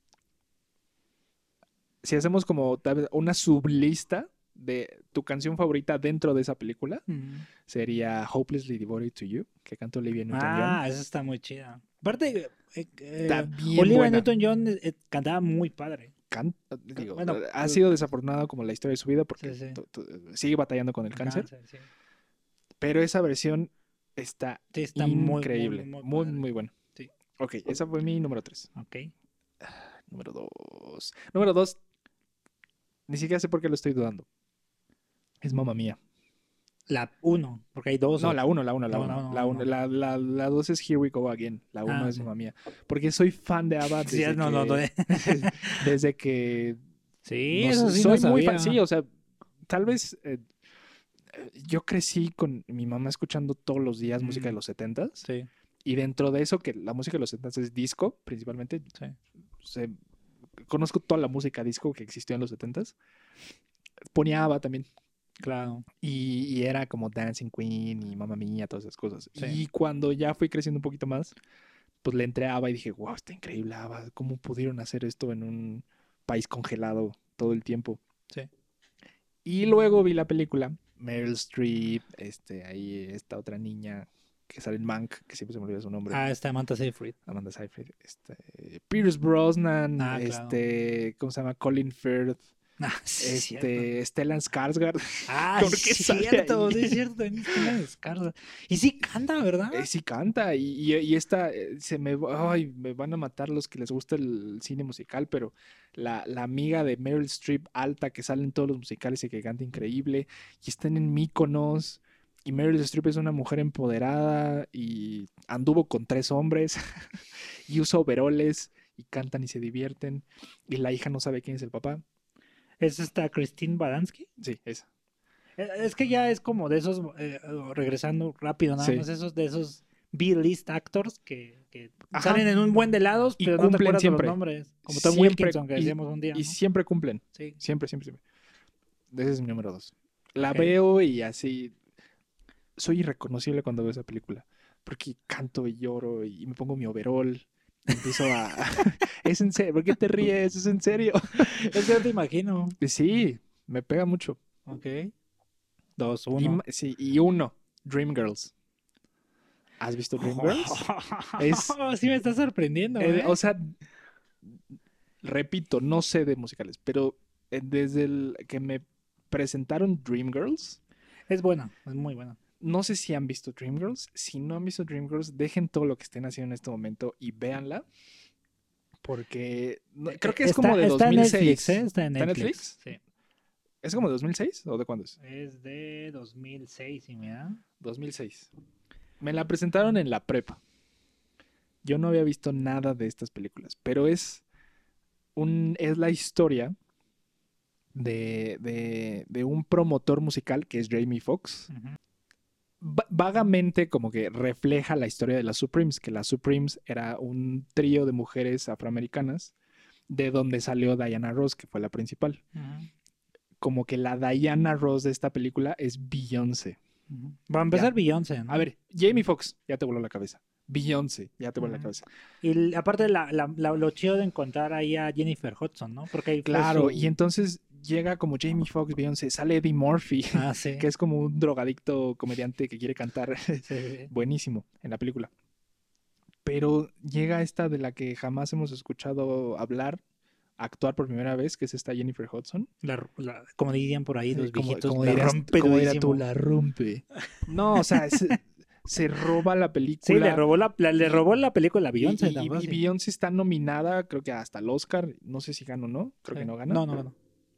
si hacemos como tal vez una sublista de tu canción favorita dentro de esa película, Mm. sería Hopelessly Devoted to You, que cantó Olivia Newton-John. Ah, esa está muy chida. Aparte, Está bien Olivia buena. Newton-John cantaba muy padre. Digo, Bueno, ha sido desafortunado como la historia de su vida porque Sí, sí. sigue batallando con el El cáncer, sí. Pero esa versión está Sí, está increíble. muy Muy, padre. muy buena. Sí. Ok, esa fue mi número 3. Ok. Número 2. Número 2, ni siquiera sé por qué lo estoy dudando. Es Mamma Mía. La 1, porque hay dos. No, la 1, la 1, la No, 1. no, no, La no. 1, la 2 es Here We Go Again. La 1 Ah, es sí. Mamma Mía. Porque soy fan de ABBA Sí, desde no, no, no. que... desde que... Sí, No eso sé, sí no soy muy fan. sabía. Sí, o sea, tal vez... yo crecí con mi mamá escuchando todos los días música de los 70s. Sí, Y dentro de eso, que la música de los 70s es disco, principalmente. sí. se- Conozco toda la música disco que existió en los 70s. Ponía ABBA también. Claro. Y era como Dancing Queen y Mamma Mía, todas esas cosas. Sí. Y cuando ya fui creciendo un poquito más, pues le entré a ABBA y dije, wow, está increíble ABBA. ¿Cómo pudieron hacer esto en un país congelado todo el tiempo? Sí. Y luego vi la película, Meryl Streep, ahí esta otra niña que sale en Mank, que siempre se me olvida su nombre. Ah, está Manta Seyfried. Amanda Seyfried, Pierce Brosnan, Ah, claro. ¿cómo se llama? Colin Firth, Ah, sí, es cierto. Stellan Skarsgård. Ah, ¿Por qué sí, es sale cierto, ahí? sí, es cierto. También está la descarga. Y sí canta, ¿verdad? Sí canta y esta ay, me van a matar los que les gusta el cine musical, pero la amiga de Meryl Streep alta que sale en todos los musicales y que canta increíble y están en Mykonos y Meryl Streep es una mujer empoderada y anduvo con 3 hombres y usa overoles y cantan y se divierten y la hija no sabe quién es el papá. Es esta Christine Baranski. Sí, esa. Es que ya es como de esos, regresando rápido nada Sí. más, de esos B-list actors que Ajá. salen en un buen de lados, Y pero no te cumplen acuerdas de siempre. los nombres. Como Tom Siempre, Wilkinson, que decíamos un día, y ¿no? siempre cumplen. Sí. Siempre, siempre, siempre. Ese es mi número 2. La Ok. veo y así. Soy irreconocible cuando veo esa película. Porque canto y lloro y me pongo mi overall. Y empiezo a. Es en serio. ¿Por qué te ríes? Es en serio. Es que no te imagino. Sí, me pega mucho. Ok. 2, Y, 1. sí, y uno, Dreamgirls. ¿Has visto Dreamgirls? Es, Sí me está sorprendiendo, ¿eh? o sea, repito, no sé de musicales, pero desde el que me presentaron Dreamgirls. Es buena, es muy buena. No sé si han visto Dreamgirls. Si no han visto Dreamgirls, dejen todo lo que estén haciendo en este momento y véanla. Porque creo que es como de Está en 2006. Netflix, ¿eh? Está en ¿Está en Netflix. Netflix? Sí. ¿Es como de 2006 o de cuándo es? Es de 2006, y mira. 2006. Me la presentaron en la prepa. Yo no había visto nada de estas películas, pero es la historia de un promotor musical que es Jamie Foxx. Vagamente como que refleja la historia de las Supremes, que las Supremes era un trío de mujeres afroamericanas de donde salió Diana Ross, que fue la principal. Como que la Diana Ross de esta película es Beyoncé. Va a empezar Ya. Beyoncé, ¿no? A ver, Jamie Foxx, ya te voló la cabeza. Beyoncé, ya te voló la cabeza. Y aparte lo chido de encontrar ahí a Jennifer Hudson, ¿no? Porque ahí fue Claro, su- y entonces llega como Jamie Foxx, Beyoncé, sale Eddie Murphy, Ah, sí. que es como un drogadicto comediante que quiere cantar. Sí, sí. Buenísimo en la película. Pero llega esta de la que jamás hemos escuchado hablar, actuar por primera vez, que es esta Jennifer Hudson. Como dirían por ahí los viejitos, Como la dirías, rompe como dirás tú, durísimo. la rompe. No, o sea, se roba la Sí, película. le robó la película a Beyoncé, tan Y fácil. Beyoncé está nominada, creo que hasta el Oscar. No sé si gana o no. Creo Sí. que no gana. No.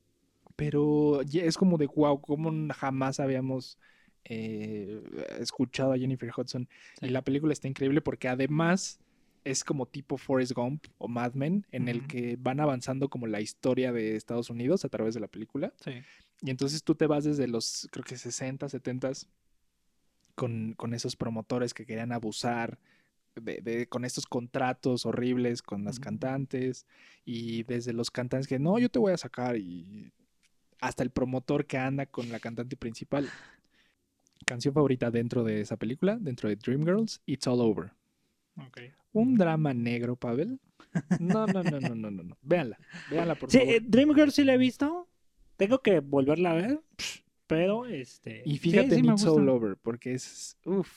Pero es como de wow, como jamás habíamos escuchado a Jennifer Hudson. Sí. Y la película está increíble porque además es como tipo Forrest Gump o Mad Men, en el que van avanzando como la historia de Estados Unidos a través de la película. Sí. Y entonces tú te vas desde los, creo que 60, 70 con esos promotores que querían abusar con estos contratos horribles con las cantantes, y desde los cantantes que no, yo te voy a sacar, y hasta el promotor que anda con la cantante principal. Canción favorita dentro de esa película, dentro de Dreamgirls, It's All Over. Okay. Un drama negro, Pavel. No. Véanla por Sí, favor. Dreamgirls sí la he visto. Tengo que volverla a ver. Pero Y fíjate sí en me It's gusta. All Over, porque es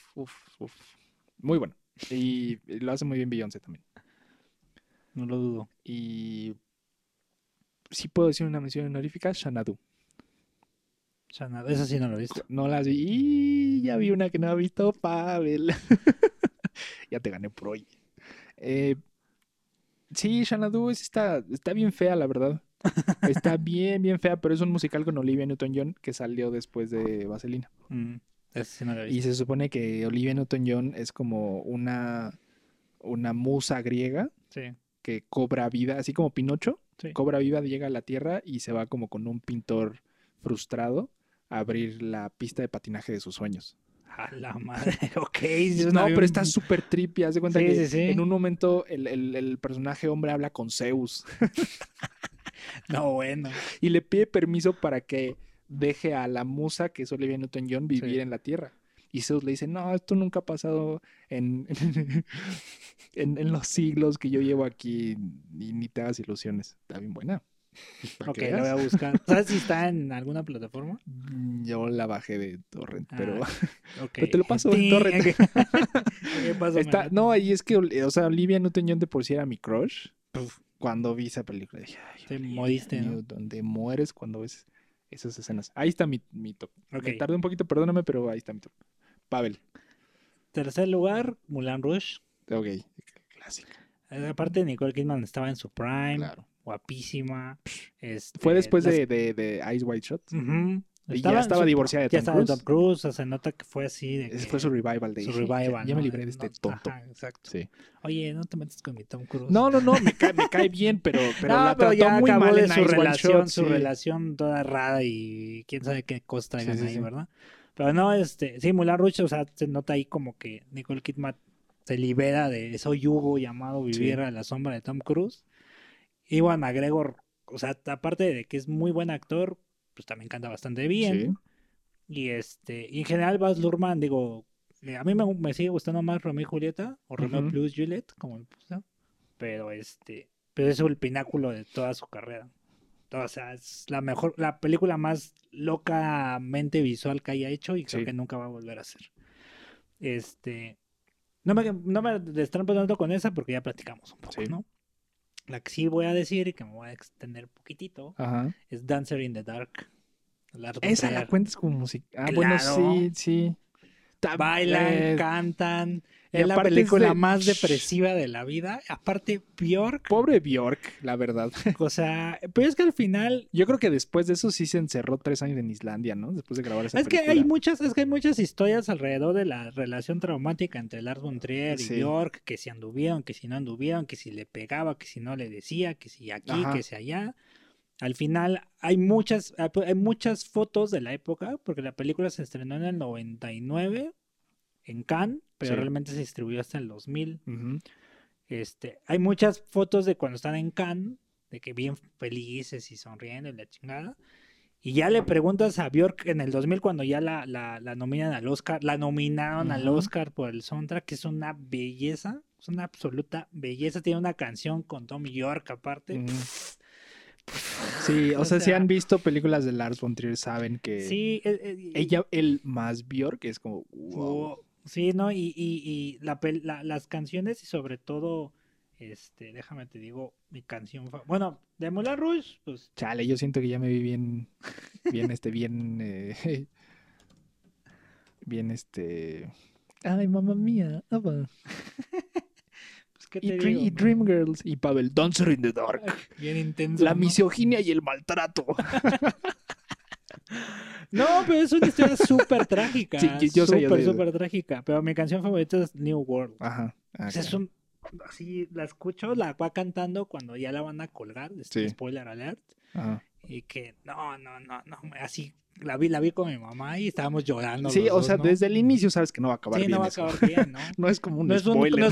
muy bueno. Y lo hace muy bien Beyoncé también. No lo dudo. Y sí puedo decir una mención honorífica, Xanadu. Xanadu, esa sí no lo he visto. No las vi. Y ya vi una que no ha visto Pavel. Ya te gané por hoy. Sí, Xanadu está bien fea, la verdad. Está bien fea, pero es un musical con Olivia Newton-John que salió después de Vaselina. Esa sí no lo he Y visto. se supone que Olivia Newton-John es como una musa griega Sí, que cobra vida, así como Pinocho, sí. cobra vida, llega a la Tierra y se va como con un pintor frustrado a abrir la pista de patinaje de sus sueños. A la madre, ok. Sí, No, pero está súper trippy. Haz de cuenta Sí, que sí. en un momento el personaje hombre habla con Zeus No, bueno. y le pide permiso para que deje a la musa, que es Olivia Newton-John, vivir Sí. en la Tierra. Y Zeus le dice, no, esto nunca ha pasado en, en los siglos que yo llevo aquí, ni te hagas ilusiones. Está bien buena. Para Ok, que lo voy a veas. buscar. ¿Sabes si está en alguna plataforma? Yo la bajé de torrent, pero, Ok. pero te lo paso en torrent. Ok, pásamela. No, y es que, o sea, Olivia Newton-John de por sí era mi crush. Cuando vi esa película dije, ay, Te Olivia moriste, ¿no? Newton, te mueres cuando ves esas escenas. Ahí está mi top. Ok. Me tardé un poquito, perdóname, pero ahí está mi top. Pavel. Tercer lugar, Moulin Rouge. Ok, clásica. Aparte, Nicole Kidman estaba en su prime, Claro. guapísima. Fue después las- de Eyes Wide Shut. Ujú. Y ya estaba divorciada de Ya Tom estaba de Cruise. Tom Cruise, o sea, se nota que fue así de Ese que fue su revival de su revival, ya me ¿no? libré de este tonto. Ajá, exacto. Sí. Oye, no te metas con mi Tom Cruise. No, me cae bien, pero No, la pero trató ya muy acabó mal de en su Eyes Wide relación, Shut. su Sí. relación toda rara y quién sabe qué cosas traigan Sí, ahí, sí. ¿verdad? Pero no, sí, Moulin Rouge, o sea, se nota ahí como que Nicole Kidman se libera de ese yugo llamado vivir Sí. a la sombra de Tom Cruise. Iwan McGregor, o sea, aparte de que es muy buen actor, pues también canta bastante bien. Sí. Y y en general Baz Luhrmann, digo, a mí me sigue gustando más Romeo y Julieta o Romeo Ujú. plus Juliet, como le puse, pero pero es el pináculo de toda su carrera. O sea, es la película más locamente visual que haya hecho y creo Sí. que nunca va a volver a hacer. No me destrampo tanto con esa porque ya platicamos un poco, Sí. ¿no? La que sí voy a decir y que me voy a extender un poquitito Ajá. es Dancer in the Dark. Lars von Esa la Trier. cuentas como música. Ah, bueno, Claro. sí. Bailan, cantan. y Es la aparte es película de- más depresiva de la vida. Aparte, Bjork. Pobre Bjork, la verdad. O sea, pero es que al final. Yo creo que después de eso sí se encerró 3 años en Islandia, ¿no? Después de grabar esa Es que película. hay muchas historias alrededor de la relación traumática entre Lars von Trier y Sí. Bjork, que si anduvieron, que si no anduvieron, que si le pegaba, que si no le decía, que si aquí, Ajá. que si allá. Al final hay muchas fotos de la época, porque la película se estrenó en el 99 en Cannes, pero Sí. realmente se distribuyó hasta el 2000. Ujú. Hay muchas fotos de cuando están en Cannes, de que bien felices y sonriendo y la chingada. Y ya le preguntas a Björk en el 2000 cuando ya la nominan al Oscar, la nominaron al Ujú. Oscar por el soundtrack, que es una belleza, es una absoluta belleza. Tiene una canción con Tom York aparte. Ujú. Sí, o sea, si sea, han visto películas de Lars von Trier saben que Sí, el más Bjork es como wow. sí, ¿no? Y las canciones y sobre todo, déjame te digo, mi canción, bueno, de Moulin Rouge, pues, Chale, yo siento que ya me vi bien bien ay, mamá mía, pues ¿qué te digo? y Dreamgirls y Pavel, Dancer in the Dark. Bien intenso, La ¿no? misoginia y el maltrato. No, pero es una historia súper trágica. Sí, yo sé. Súper trágica. Pero mi canción favorita es New World. Ajá. O sea, es así, la escucho, la va cantando cuando ya la van a colgar. Sí. Spoiler alert. Ajá. Y que no, así la vi con mi mamá y estábamos llorando. Sí, los o dos, sea, ¿no? desde el inicio sabes que no va a acabar Sí, bien no va a eso. acabar bien, ¿no? No es como un No es un, spoiler.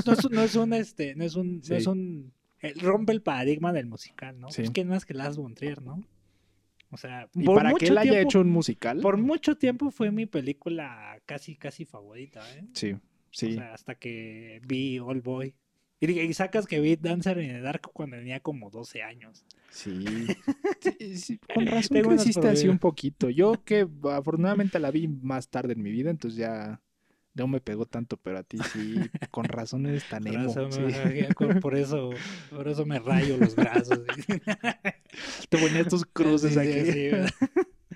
rompe el paradigma del musical, ¿no? Sí. Es que no es que Lars von Trier, ¿no? O sea, Y por para que mucho él haya tiempo- hecho un musical. Por mucho tiempo fue mi película casi favorita, ¿eh? Sí, O sí. sea, hasta que vi Old Boy. Y sacas que vi Dancer in the Dark cuando tenía como 12 años. Sí. Sí, con razón Tengo unos creciste así problemas. un poquito. Yo que afortunadamente la vi más tarde en mi vida, entonces ya no me pegó tanto, pero a ti sí, con razón eres tan Por emo. eso, Sí. por eso me rayo los brazos. Te ponías tus cruces Sí, aquí. sí, ¿verdad?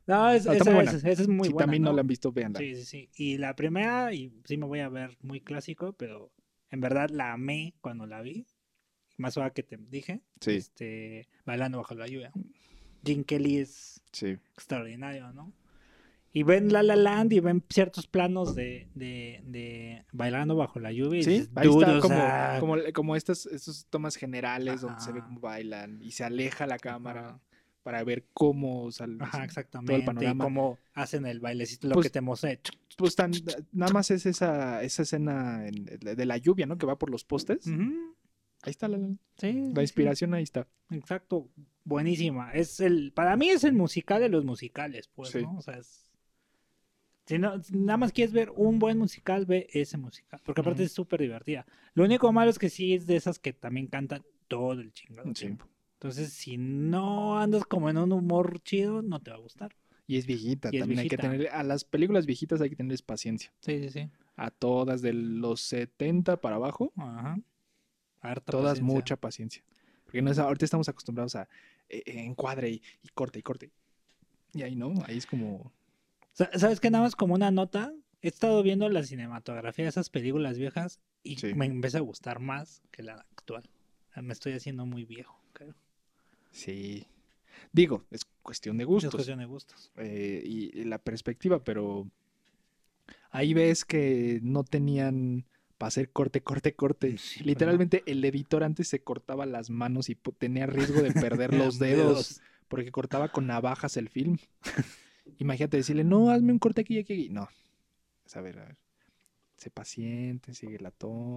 No, No, está muy buena. esa es muy Si buena, también no ¿no? la han visto, véanla. Sí, sí, sí. Y la primera, y sí me voy a ver muy clásico, pero en verdad la amé cuando la vi. Más ahora que te dije, Sí, Bailando bajo la lluvia. Jim Kelly es sí. extraordinario, ¿no? Y ven La La Land y ven ciertos planos de Bailando bajo la lluvia y Sí, dices, ahí dude, está o sea, como estos tomas generales donde se ve ajá, cómo bailan y se aleja la cámara ajá, para ver cómo sale ajá, todo el exactamente. Y panorama. cómo hacen el bailecito, lo que Pues, te mostré. pues nada más es esa escena de la lluvia, ¿no? Que va por los postes. Ujú, Ahí está sí, la sí, sí. inspiración, ahí está. Exacto, buenísima. Para mí es el musical de los musicales, pues, Sí. ¿no? O sea, si no, si nada más quieres ver un buen musical, ve ese musical, porque aparte Ujú. es súper divertida. Lo único malo es que sí es de esas que también cantan todo el chingado Sí. tiempo. Entonces, si no andas como en un humor chido, no te va a gustar. Y es viejita, Y es también hay que viejita. tener, a las películas viejitas hay que tenerles paciencia. Sí, sí, sí. A todas de los 70 para abajo, Ajá. Harta todas paciencia. mucha paciencia. Porque no es, ahorita estamos acostumbrados a encuadre y corte y corte. Y ahí no, ahí es como... ¿Sabes qué? Nada más como una nota. He estado viendo la cinematografía de esas películas viejas y Sí, me empieza a gustar más que la actual. Me estoy haciendo muy viejo, creo. sí. Digo, es cuestión de Es gustos cuestión de gustos. y la perspectiva, pero ahí ves que no tenían para hacer corte, corte, corte. Sí, pues no. Literalmente el editor antes se cortaba las manos y tenía riesgo de perder los dedos porque cortaba con navajas el film. Imagínate decirle, no, hazme un corte aquí, aquí, aquí. No, pues, a ver, sé paciente, sigue la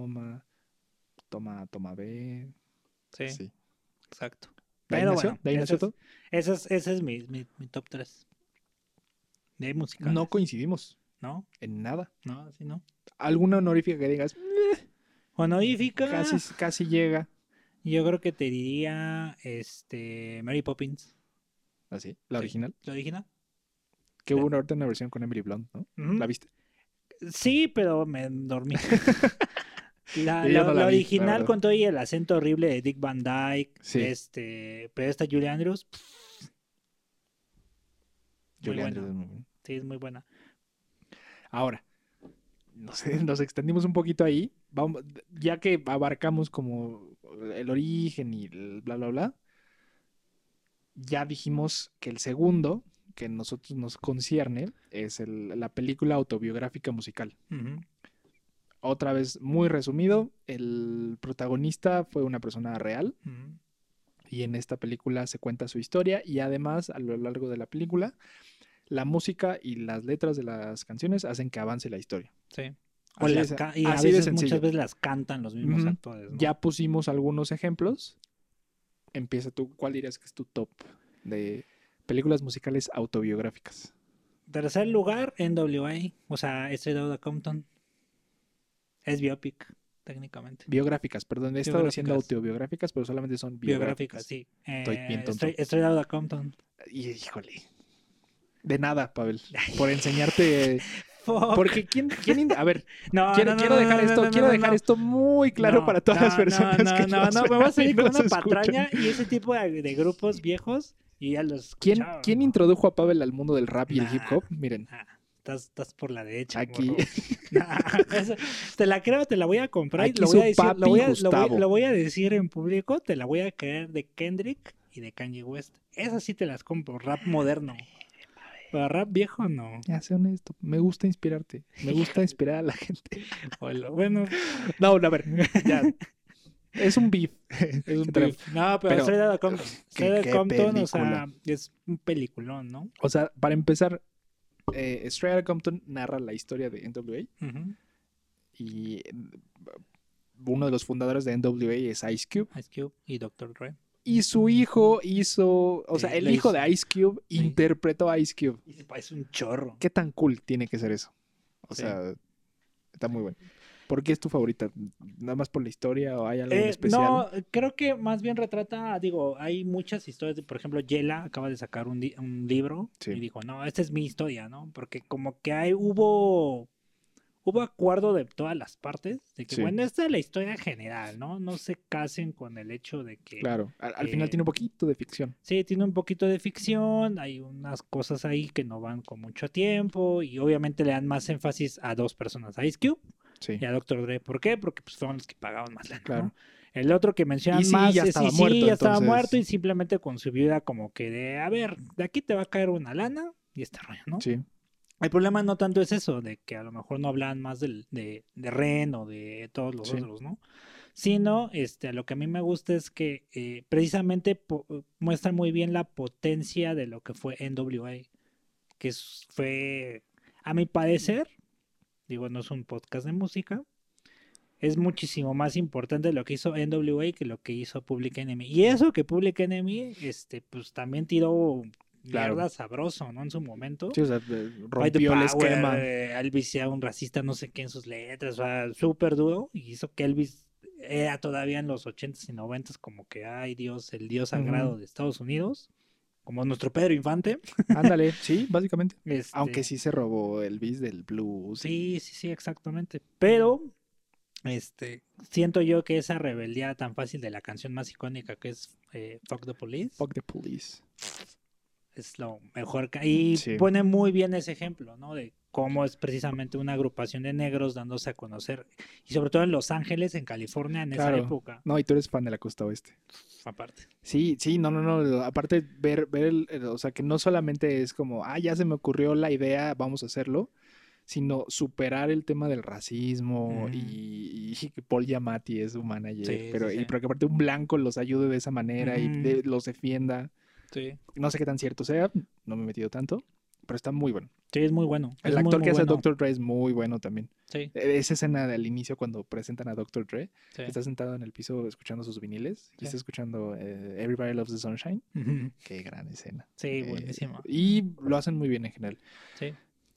toma B. Sí, Sí. exacto. ¿De ahí Pero nació? bueno, ¿De ahí nació todo? ese es mi top 3 de musicales. No coincidimos ¿No? en nada. No, así no. ¿Alguna honorífica que digas, Honorífica. casi llega? Yo creo que te diría Mary Poppins. Así, la Sí, original. ¿la original? Que hubo ahorita una versión con Emily Blunt, ¿no? Ujú. ¿La viste? Sí, pero me dormí. Yo no la La vi, la original verdad. con todo y el acento horrible de Dick Van Dyke, Sí, pero esta Julie Andrews, muy Julie Andrews buena. es muy buena. Sí, es muy buena. Ahora, no sé, nos extendimos un poquito ahí. Vamos, ya que abarcamos como el origen y el bla, bla, bla, ya dijimos que el segundo que nosotros nos concierne es la película autobiográfica musical. Ujú. Otra vez, muy resumido, el protagonista fue una persona real Ujú. y en esta película se cuenta su historia y además a lo largo de la película la música y las letras de las canciones hacen que avance la historia. Sí. Así Y a así de veces, muchas sencillo. veces las cantan los mismos Ujú. actores, ¿no? Ya pusimos algunos ejemplos. Empieza tú, ¿cuál dirías que es tu top de películas musicales autobiográficas? Tercer lugar, NWA, o sea, Straight Outta Compton. Es biopic, técnicamente. Biográficas, perdón, he estado diciendo Biográficas. autobiográficas, pero solamente son Biográficas, biográficas. sí. Estoy bien tonto. Straight Outta Compton. Y híjole. De nada, Pavel, por enseñarte. Fuck. Porque a ver, No, no, no, quiero dejar no, no, esto, no, quiero no, dejar no. esto muy claro No, para todas las no, personas que no, nos me vean voy a y salir con nos una escuchan. patraña y ese tipo de grupos viejos y ya los escuchaba. ¿Quién introdujo a Pavel al mundo del rap y el hip Nah, hop? Miren, nah, estás por la derecha, aquí, morro. Nah, te la creo, te la voy a comprar y aquí lo voy a su decir, papi Gustavo. lo voy a decir en público, te la voy a creer de Kendrick y de Kanye West. Esas sí te las compro, rap moderno. Pero rap viejo no. Ya sé honesto, me gusta inspirarte, me gusta inspirar a la gente. Bueno, No, a ver, ya, es un beef. es un que traemos. beef. No, pero Pero, Straight Outta Compton. Straight Outta qué Compton, o película. sea, es un peliculón, ¿no? O sea, para empezar, Straight Outta Compton narra la historia de NWA Ujú. y uno de los fundadores de NWA es Ice Cube. Ice Cube y Dr. Dre. Y su hijo hizo, o sea, el Lo hijo hizo. de Ice Cube interpretó a Ice Cube. Y se parece un chorro. ¿Qué tan cool tiene que ser eso? O Sí. sea, está muy bueno. ¿Por qué es tu favorita? ¿Nada más por la historia o hay algo en especial? No, creo que más bien retrata, digo, hay muchas historias, por ejemplo, Yela acaba de sacar un libro Sí. y dijo, no, esta es mi historia, ¿no? Porque como que hubo hubo acuerdo de todas las partes de que, Sí. bueno, esta es la historia general, ¿no? No se casen con el hecho de que... Claro, al final eh, tiene un poquito de ficción. Sí, tiene un poquito de ficción, hay unas cosas ahí que no van con mucho tiempo y obviamente le dan más énfasis a dos personas, a Ice Cube Sí, y a Dr. Dre. ¿Por qué? Porque pues, fueron los que pagaban más lana, claro. ¿no? El otro que mencionan Easy más ya es estaba Easy, muerto, ya estaba entonces- muerto y simplemente con su viuda como que de, a ver, de aquí te va a caer una lana y este rollo, ¿no? Sí, El problema no tanto es eso, de que a lo mejor no hablan más de Ren o de todos los Sí. otros, ¿no? Sino, lo que a mí me gusta es que precisamente muestran muy bien la potencia de lo que fue NWA, que fue, a mi parecer, digo, no es un podcast de música, es muchísimo más importante lo que hizo NWA que lo que hizo Public Enemy. Y eso que Public Enemy, pues también tiró Claro. mierda sabroso, ¿no? En su momento. sí, o sea, Fight the rompió el Power, esquema. Elvis era un racista, no sé qué en sus letras, o sea, súper duro. Y hizo que Elvis era todavía en los 80s y 90s como que, ay Dios, el dios sagrado Ujú. de Estados Unidos, como nuestro Pedro Infante. Ándale, sí, básicamente. Este, Aunque sí se robó el beat del blues. sí, exactamente. Pero, siento yo que esa rebeldía tan fácil de la canción más icónica que es Fuck the Police, Fuck the police. es lo mejor. Y Sí. pone muy bien ese ejemplo, ¿no? De cómo es precisamente una agrupación de negros dándose a conocer. Y sobre todo en Los Ángeles, en California, en esa Claro. época. No, y tú eres fan de la costa oeste. Aparte. Sí, no. Aparte, ver o sea, que no solamente es como, ya se me ocurrió la idea, vamos a hacerlo, sino superar el tema del racismo Ujú. y que Paul Giamatti es su manager, Sí, pero, sí, sí. pero que aparte un blanco los ayude de esa manera y Ujú. los defienda. Sí. No sé qué tan cierto sea, no me he metido tanto, pero está muy bueno. Sí, es muy bueno. El Es actor muy que hace a bueno. Dr. Dre es muy bueno también. Sí, Esa escena del inicio cuando presentan a Dr. Dre, sí. está sentado en el piso escuchando sus viniles y Sí. está escuchando Everybody Loves the Sunshine. Ujú. Qué gran escena. Sí, buenísimo. Y lo hacen muy bien en general. Sí.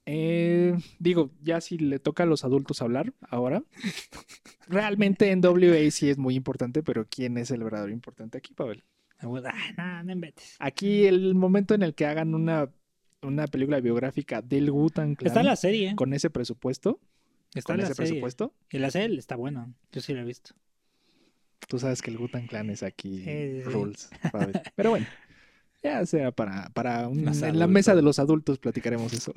Digo, ya si le toca a los adultos hablar ahora, realmente en WA sí es muy importante, pero ¿quién es el verdadero importante aquí, Pavel? No inventes. Aquí el momento en el que hagan una película biográfica del Wu-Tang Clan Está la serie. con ese presupuesto, Está con la ese serie. presupuesto, Y la serie está buena. Yo sí la he visto. tú sabes que el Wu-Tang Clan es aquí Sí. rules, Pavel. Pero bueno, ya sea Los en la mesa adultos. de los adultos platicaremos eso.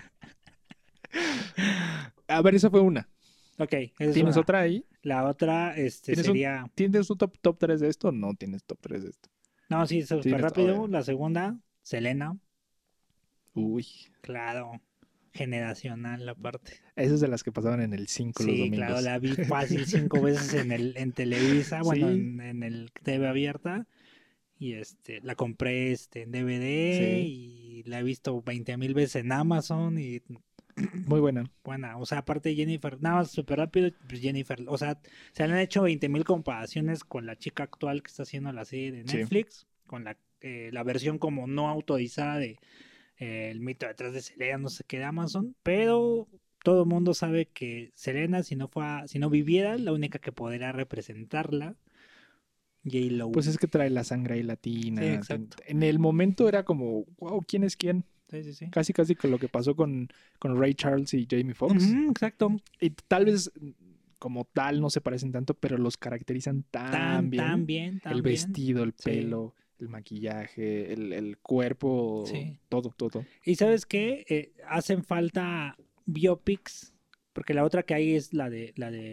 A ver, esa fue una. Ok. esa es ¿Tienes una. otra ahí? La otra ¿Tienes ¿Tienes un top 3 de esto o no tienes top 3 de esto? No, sí, súper Tienes- rápido. oye. La segunda, Selena. Uy, Claro. Generacional la parte. esas es de las que pasaban en el 5 los Sí, domingos. claro, la vi fácil 5 veces en Televisa, bueno, Sí. en el TV abierta. Y la compré en DVD Sí. y la he visto 20,000 veces en Amazon y Muy buena. buena. O sea, aparte Jennifer, nada más súper rápido, pues Jennifer, o sea, se han hecho 20,000 comparaciones con la chica actual que está haciendo la serie de Sí. Netflix, con la versión como no autorizada de El mito detrás de Selena, no sé qué de Amazon, pero todo el mundo sabe que Selena, si no viviera, la única que podría representarla, J-Lo. Pues es que trae la sangre ahí latina. Sí, exacto. En el momento era como, wow, ¿quién es quién? Sí. Casi con lo que pasó con Ray Charles y Jamie Foxx. Ujú, exacto. Y tal vez como tal no se parecen tanto, pero los caracterizan tan bien. Tan bien. El vestido, el Sí. pelo, el maquillaje, el cuerpo, Sí. todo. ¿Y sabes qué? Hacen falta biopics, porque la otra que hay es la de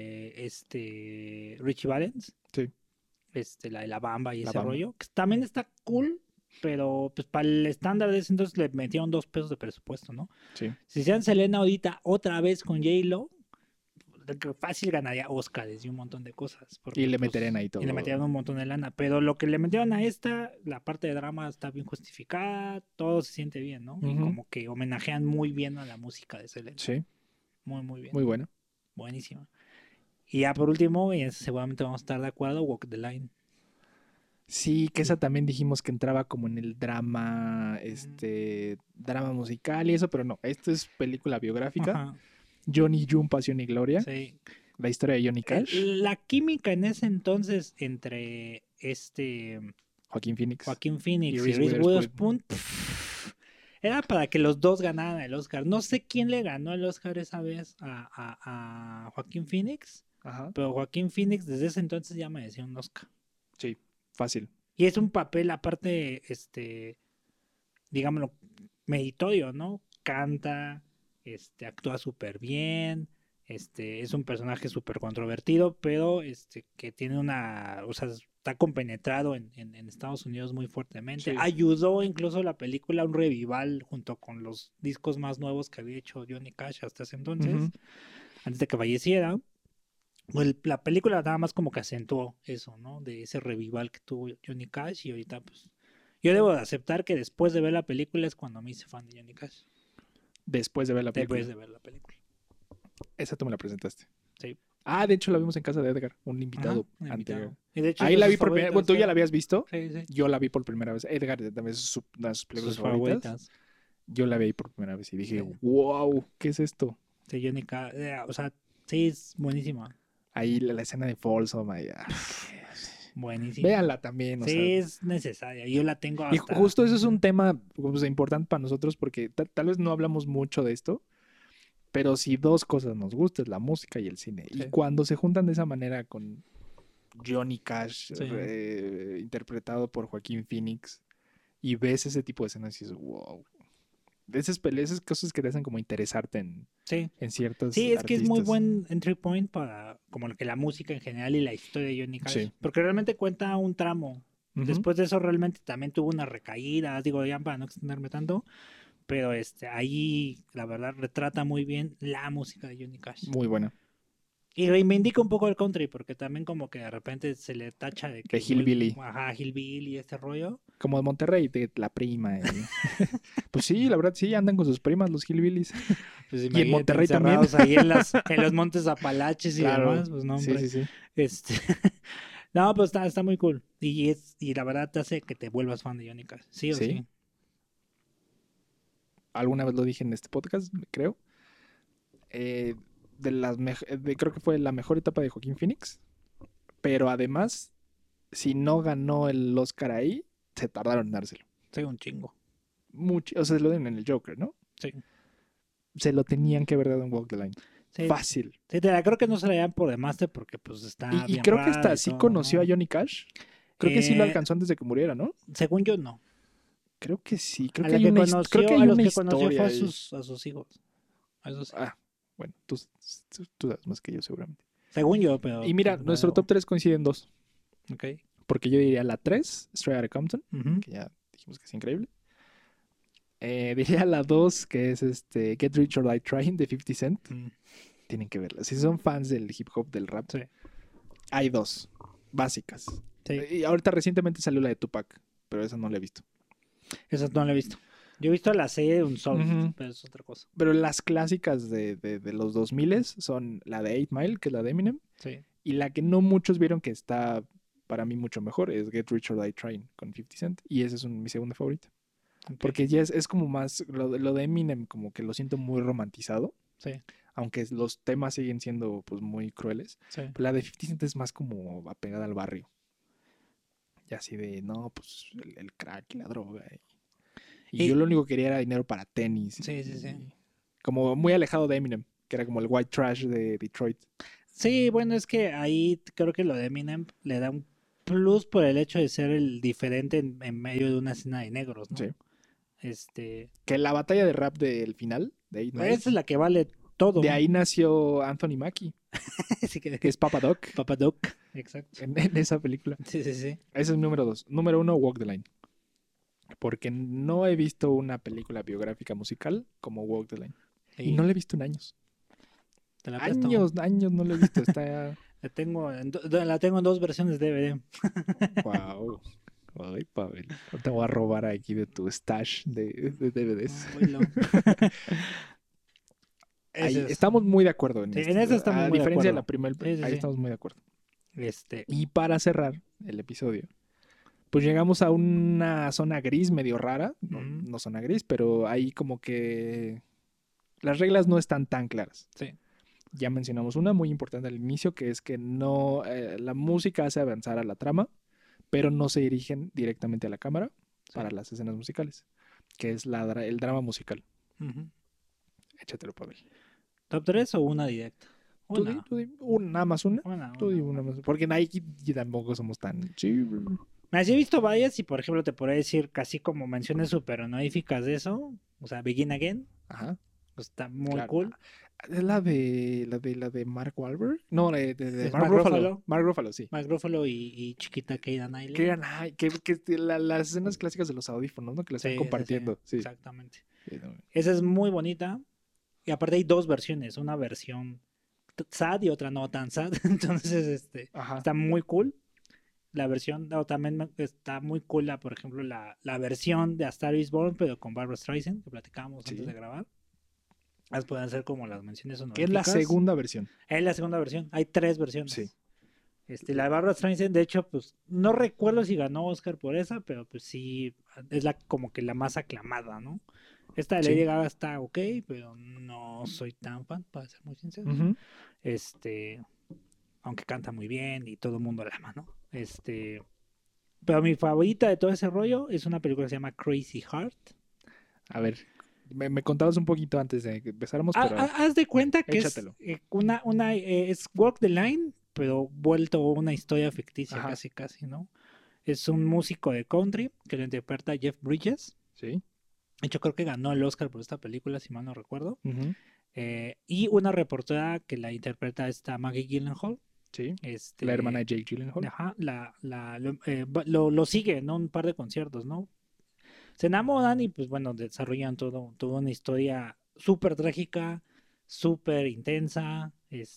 Richie Valens. Sí. La de La Bamba y La ese Bamba. rollo, que también está cool, pero pues para el estándar de ese entonces le metieron $2 de presupuesto, ¿no? Sí. Si sean Selena ahorita otra vez con J-Lo, fácil ganaría Oscars y un montón de cosas. Porque, Y le pues, meterían ahí todo. Y le metieron un montón de lana. Pero lo que le metieron a la parte de drama está bien justificada, todo se siente bien, ¿no? Y Ujú. como que homenajean muy bien a la música de Selena. Sí, Muy bien. muy bueno. Buenísima. Y ya por último, y seguramente vamos a estar de acuerdo, Walk the Line. Sí, que esa también dijimos que entraba como en el drama, drama musical y eso, pero no, esto es película biográfica. Ajá, Johnny June, Pasión y Gloria, sí. la historia de Johnny Cash, La química en ese entonces entre Joaquín Phoenix. Joaquín Phoenix Y y Reese Reese Witherspoon. Witherspoon, pff, Era para que los dos ganaran el Oscar. No sé quién le ganó el Oscar esa vez a Joaquín Phoenix, Ajá. pero Joaquín Phoenix desde ese entonces ya merecía un Oscar. Sí, fácil. Y es un papel aparte, digámoslo, meritorio, ¿no? Canta, actúa súper bien, es un personaje súper controvertido, pero que tiene o sea, está compenetrado en Estados Unidos muy fuertemente. Sí. Ayudó incluso la película a un revival junto con los discos más nuevos que había hecho Johnny Cash hasta ese entonces, Ujú. antes de que falleciera. La película nada más como que acentuó eso, ¿no? De ese revival que tuvo Johnny Cash y ahorita pues yo debo de aceptar que después de ver la película es cuando me hice fan de Johnny Cash. Después de ver la película. Después de ver la película. Esa tú me la presentaste. Sí. Ah, de hecho la vimos en casa de Edgar, un invitado Ajá, anterior. invitado. Y de hecho, Ahí es de la sus vi por primera vez. Bueno, favoritas, tú ya la habías visto. Sí, sí. Yo la vi por primera vez. Edgar también es una de sus películas Sus favoritas. favoritas. Yo la vi ahí por primera vez y dije, Sí. wow, ¿qué es esto? Sí, Johnny Cash. O sea, sí, es buenísima. Ahí la escena de Folsom. Buenísima. Véanla también. O Sí, sea, es necesaria. Yo la tengo y hasta... justo eso es un tema pues, importante para nosotros porque tal vez no hablamos mucho de esto, pero si dos cosas nos gustan, es la música y el cine. Sí. Y cuando se juntan de esa manera con Johnny Cash, Sí. interpretado por Joaquín Phoenix, y ves ese tipo de escenas y dices, wow. Esas cosas que te hacen como interesarte Sí. en ciertos Sí, es que es muy artistas. buen entry point para como que la música en general y la historia de Johnny Cash. Sí. Porque realmente cuenta un tramo. Ujú. Después de eso realmente también tuvo una recaída, digo, ya para no extenderme tanto, pero ahí la verdad retrata muy bien la música de Johnny Cash. Muy buena. Y reivindica un poco el country, porque también como que de repente se le tacha de que... De hillbilly. Ajá, hillbilly y este rollo. Como de Monterrey, de la prima. Pues sí, la verdad, sí, andan con sus primas los hillbillies. Pues Y en imagínate, Monterrey también. encerrados ahí en los montes Apalaches y Claro. demás, pues no, Sí, hombre. sí, sí. No, pues está muy cool. Y la verdad te hace que te vuelvas fan de Johnny Cash. Sí o Sí. sí. Alguna vez lo dije en este podcast, creo. Creo que fue la mejor etapa de Joaquín Phoenix. Pero además, si no ganó el Oscar ahí, se tardaron en dárselo. Sí, un chingo. Mucho, o sea, se lo dieron en el Joker, ¿no? Sí. Se lo tenían que haber dado en Walk the Line. Sí, Fácil. sí, creo que no se la llevan por demás porque pues está Y bien creo que rara hasta y sí todo, conoció ¿no? a Johnny Cash. Creo que sí lo Eh, alcanzó antes de que muriera, ¿no? Según yo, no. Creo que sí. Creo A que la hay que una, conoció, creo que hay a los una que conoció historia fue ahí. a sus hijos. A eso sí. Ah, bueno, tú sabes más que yo seguramente. Según yo, pero... Y mira, pues, nuestro bueno, top 3 coincide en dos. Ok. Porque yo diría la 3, Straight Outta Compton, Ujú. que ya dijimos que es increíble. Diría la 2, que es Get Rich or Die Trying de 50 Cent. Mm, Tienen que verla. Si son fans del hip hop, del rap, Sí. hay dos básicas. Sí. Y ahorita recientemente salió la de Tupac, pero esa no la he visto. Esa no la he visto. Yo he visto la serie de Unsolved, Ujú. pero es otra cosa. Pero las clásicas de los 2000 son la de 8 Mile, que es la de Eminem, Sí. y la que no muchos vieron que está para mí mucho mejor es Get Rich or Die Trying con 50 Cent. Y esa es mi segunda favorita. Ok. Porque ya es como más, lo de Eminem como que lo siento muy romantizado, Sí, aunque los temas siguen siendo pues muy crueles. sí. Pero la de 50 Cent es más como apegada al barrio. Y así de, no, pues el crack y la droga. Y Y- yo lo único que quería era dinero para tenis. Sí, sí, sí. Como muy alejado de Eminem, que era como el white trash de Detroit. Sí, bueno, es que ahí creo que lo de Eminem le da un plus por el hecho de ser el diferente en medio de una escena de negros, ¿no? Sí. Que Que la batalla de rap del final, de 8 Mile, esa es la que vale todo. de ahí nació Anthony Mackie, Así que que es Papa Doc Papa Doc, exacto. en esa película. Sí, sí, sí. Ese es número 2. Número 1, Walk the Line. Porque no he visto una película biográfica musical como Walk the Line. Y no la he visto en años. Te la presto. Años no la he visto. Está... La tengo en 2 versiones DVD. wow. Ay, Pavel. No te voy a robar aquí de tu stash de DVDs. Oílo. Ahí Ese es. estamos muy de acuerdo en Sí, esto. en eso estamos A muy de diferencia de la acuerdo. primera, Sí, sí, ahí sí. estamos muy de acuerdo. Y para cerrar el episodio, pues llegamos a una zona gris medio rara. No, Ujú. no zona gris, pero ahí como que las reglas no están tan claras. Sí. Ya mencionamos una muy importante al inicio, que es que no la música hace avanzar a la trama, pero no se dirigen directamente a la cámara para las escenas musicales. que es el drama musical. Ujú. Échatelo, Pavel. ¿Top 3 o una directa? Una. Tú di, nada más una. Una, Tú di una. una más. Porque Nike y tampoco somos tan... Sí. Me he visto varias y, por ejemplo, te podría decir casi como menciones súper honoríficas de eso. O sea, Begin Again. Ajá. Pues, está muy Claro. cool. ¿Es la de Mark Wahlberg? No, de Es Mark Mark Ruffalo. Ruffalo. Mark Ruffalo, sí. Mark Ruffalo y chiquita Keira Knightley. Que eran, ay, las escenas clásicas de los audífonos, ¿no? Que las están compartiendo. Sí. Exactamente. Sí, no, Esa es muy bonita. Y aparte hay dos versiones. Una versión sad y otra no tan sad. Entonces, Ajá. está muy cool. La versión, también está muy cool, por ejemplo, la versión de A Star is Born, pero con Barbra Streisand, que platicábamos antes de grabar. Las pueden ser como las menciones Que es la honoríficas. segunda versión. Es la segunda versión. Hay 3 versiones. Sí. La de Barbra Streisand, de hecho, pues no recuerdo si ganó Oscar por esa, pero pues sí, es como que la más aclamada, ¿no? Esta de Lady Gaga está ok, pero no soy tan fan, para ser muy sincero. Uh-huh. Aunque canta muy bien y todo el mundo la ama, ¿no? Pero mi favorita de todo ese rollo es una película que se llama Crazy Heart. A ver, me contabas un poquito antes de que empezáramos, pero... Haz de cuenta que échatelo. es es Walk the Line, pero vuelto una historia ficticia. Ajá. casi, ¿no? Es un músico de country que lo interpreta Jeff Bridges. Sí. De hecho, creo que ganó el Oscar por esta película, si mal no recuerdo. Uh-huh. Y una reportera que la interpreta esta Maggie Gyllenhaal. Sí. La hermana de Jake Gyllenhaal. Ajá, lo sigue en un par de conciertos, ¿no? Se enamoran y pues bueno, desarrollan toda una historia súper trágica, súper intensa,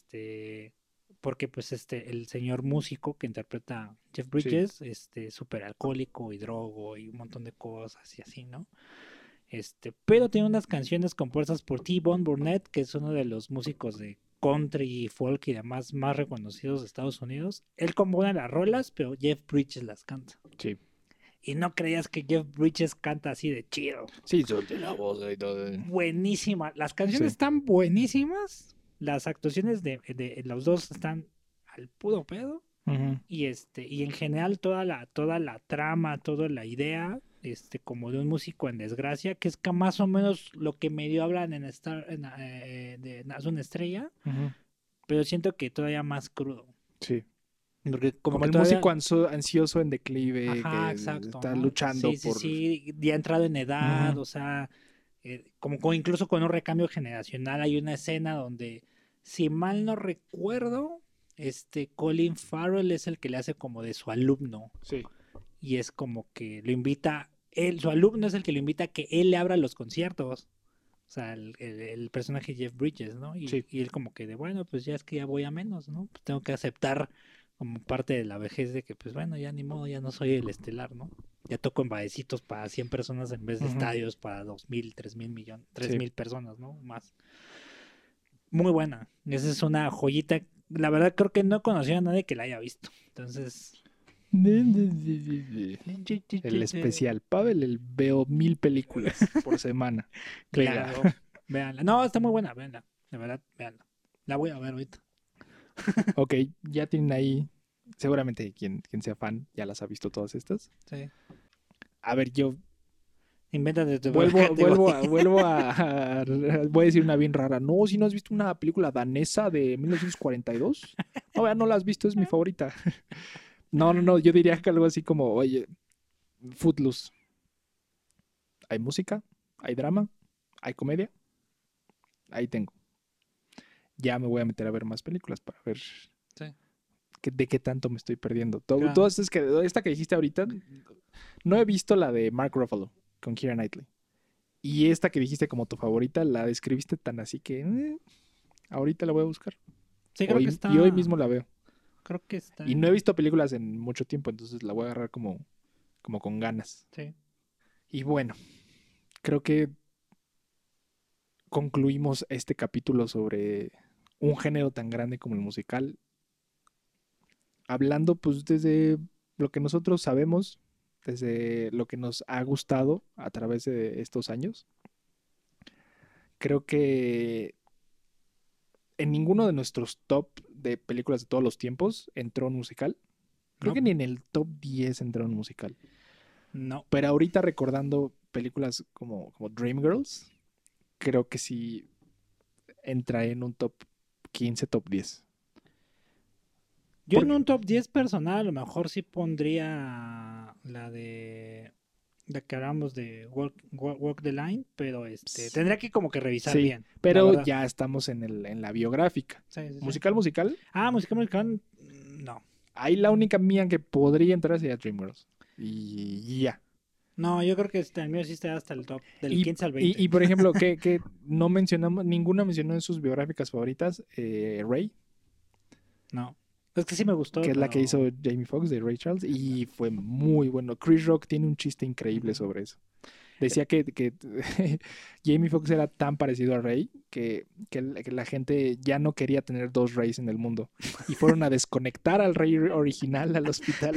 porque pues el señor músico que interpreta Jeff Bridges, súper alcohólico y drogo y un montón de cosas y así, ¿no? Pero tiene unas canciones compuestas por T-Bone Burnett, que es uno de los músicos de country, folk y demás más reconocidos de Estados Unidos. Él compone las rolas, pero Jeff Bridges las canta. Sí. Y no creías que Jeff Bridges canta así de chido. Sí, suelte la voz y todo. Buenísima. Las canciones están buenísimas. Las actuaciones de los dos están al puro pedo. Uh-huh. Y en general toda la trama, toda la idea, como de un músico en desgracia, que es que más o menos lo que medio hablan en de Nace una estrella, uh-huh. pero siento que todavía más crudo. Sí. Porque como el todavía... músico ansioso en declive, ajá, que exacto, está ¿no? luchando sí, por... Sí, ya entrado en edad, uh-huh. o sea, como incluso con un recambio generacional hay una escena donde, si mal no recuerdo, Colin Farrell es el que le hace como de su alumno. Sí. Y es como que lo invita, su alumno es el que lo invita a que él le abra los conciertos. O sea, el personaje Jeff Bridges, ¿no? Y él como que bueno, pues ya es que ya voy a menos, ¿no? Pues tengo que aceptar como parte de la vejez de que, pues bueno, ya ni modo, ya no soy el estelar, ¿no? Ya toco en badecitos para 100 personas en vez de estadios para 2,000, 3,000 millones, 3,000 personas, ¿no? Más. Muy buena. Esa es una joyita. La verdad creo que no conocí a nadie que la haya visto. Entonces... El especial. Pavel, veo 1,000 películas por semana. Claro. Véanla. No, está muy buena, véanla. De verdad, véanla. La voy a ver ahorita. Ok, ya tienen ahí. Seguramente quien sea fan ya las ha visto todas estas. Sí. A ver, yo Invéntate tu vuelvo a voy a decir una bien rara. No, si no has visto una película danesa de 1942. No, no la has visto, es mi favorita. No, yo diría que algo así como, oye, Footloose. Hay música, hay drama, hay comedia. Ahí tengo. Ya me voy a meter a ver más películas para ver de qué tanto me estoy perdiendo. Todas esta que dijiste ahorita, no he visto la de Mark Ruffalo con Keira Knightley. Y esta que dijiste como tu favorita, la describiste tan así que ahorita la voy a buscar. Sí, creo que está... Y hoy mismo la veo. Creo que está... Y no he visto películas en mucho tiempo, entonces la voy a agarrar como con ganas. Sí. Y bueno, creo que concluimos este capítulo sobre un género tan grande como el musical, hablando pues desde lo que nosotros sabemos, desde lo que nos ha gustado a través de estos años. Creo que en ninguno de nuestros top de películas de todos los tiempos entró un musical. Creo que ni en el top 10 entró un musical. No. Pero ahorita recordando películas como Dreamgirls, creo que sí entraría en un top 15, top 10. Yo en Porque- un top 10 personal a lo mejor sí pondría la de la que hablamos de Walk the Line, pero Ps- tendría que como que revisar Sí, bien, la pero verdad. ya estamos en la biográfica. Sí, sí, sí. Musical. Ah, música musical, no. Ahí la única mía que podría entrar sería Dreamgirls. Y ya. No, yo creo que el mío sí está hasta el top, del 15 al 20. Y por ejemplo, que no mencionamos, ninguna mencionó en sus biográficas favoritas, Ray, No. Es que sí me gustó, que es la que pero- hizo Jamie Foxx de Ray Charles, y fue muy bueno. Chris Rock tiene un chiste increíble Ujú. sobre eso. Decía que Jamie Foxx era tan parecido a Ray que la gente ya no quería tener dos Rays en el mundo. Y fueron a desconectar al Ray original al hospital.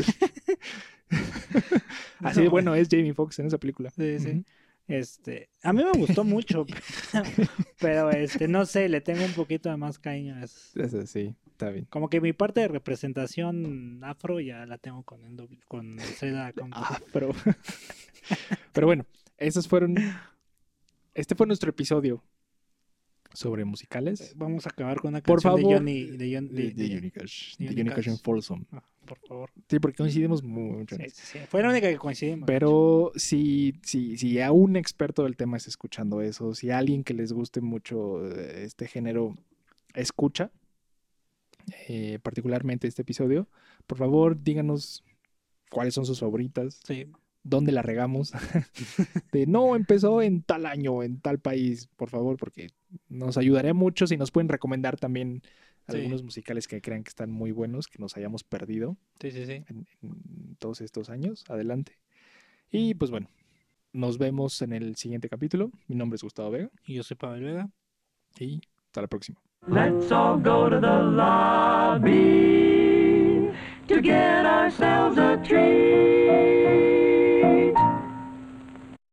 Así de No. bueno es Jamie Foxx en esa película. Sí, sí. Ujú. A mí me gustó mucho, pero no sé, le tengo un poquito de más cariño a eso. Eso sí, está bien. Como que mi parte de representación afro ya la tengo con Zelda Compton. Pero, pero bueno, esos fueron. Este fue nuestro episodio sobre musicales. Vamos a acabar con una Por canción favor. de De Johnny Unicash en Cash. Folsom. Por favor. Sí, porque coincidimos mucho en Sí, eso. sí, sí. Fue la única que coincidimos. Pero si a un experto del tema está escuchando eso, si a alguien que les guste mucho este género escucha, particularmente este episodio, por favor díganos cuáles son sus favoritas, Sí. dónde la regamos. No, empezó en tal año, en tal país, por favor, porque nos ayudaría mucho si nos pueden recomendar también Sí. algunos musicales que crean que están muy buenos, que nos hayamos perdido Sí, sí, sí. en todos estos años. Adelante. Y pues bueno, nos vemos en el siguiente capítulo. Mi nombre es Gustavo Vega Y yo soy Pablo Vega. y hasta la próxima. Let's all go to the lobby to get ourselves a treat.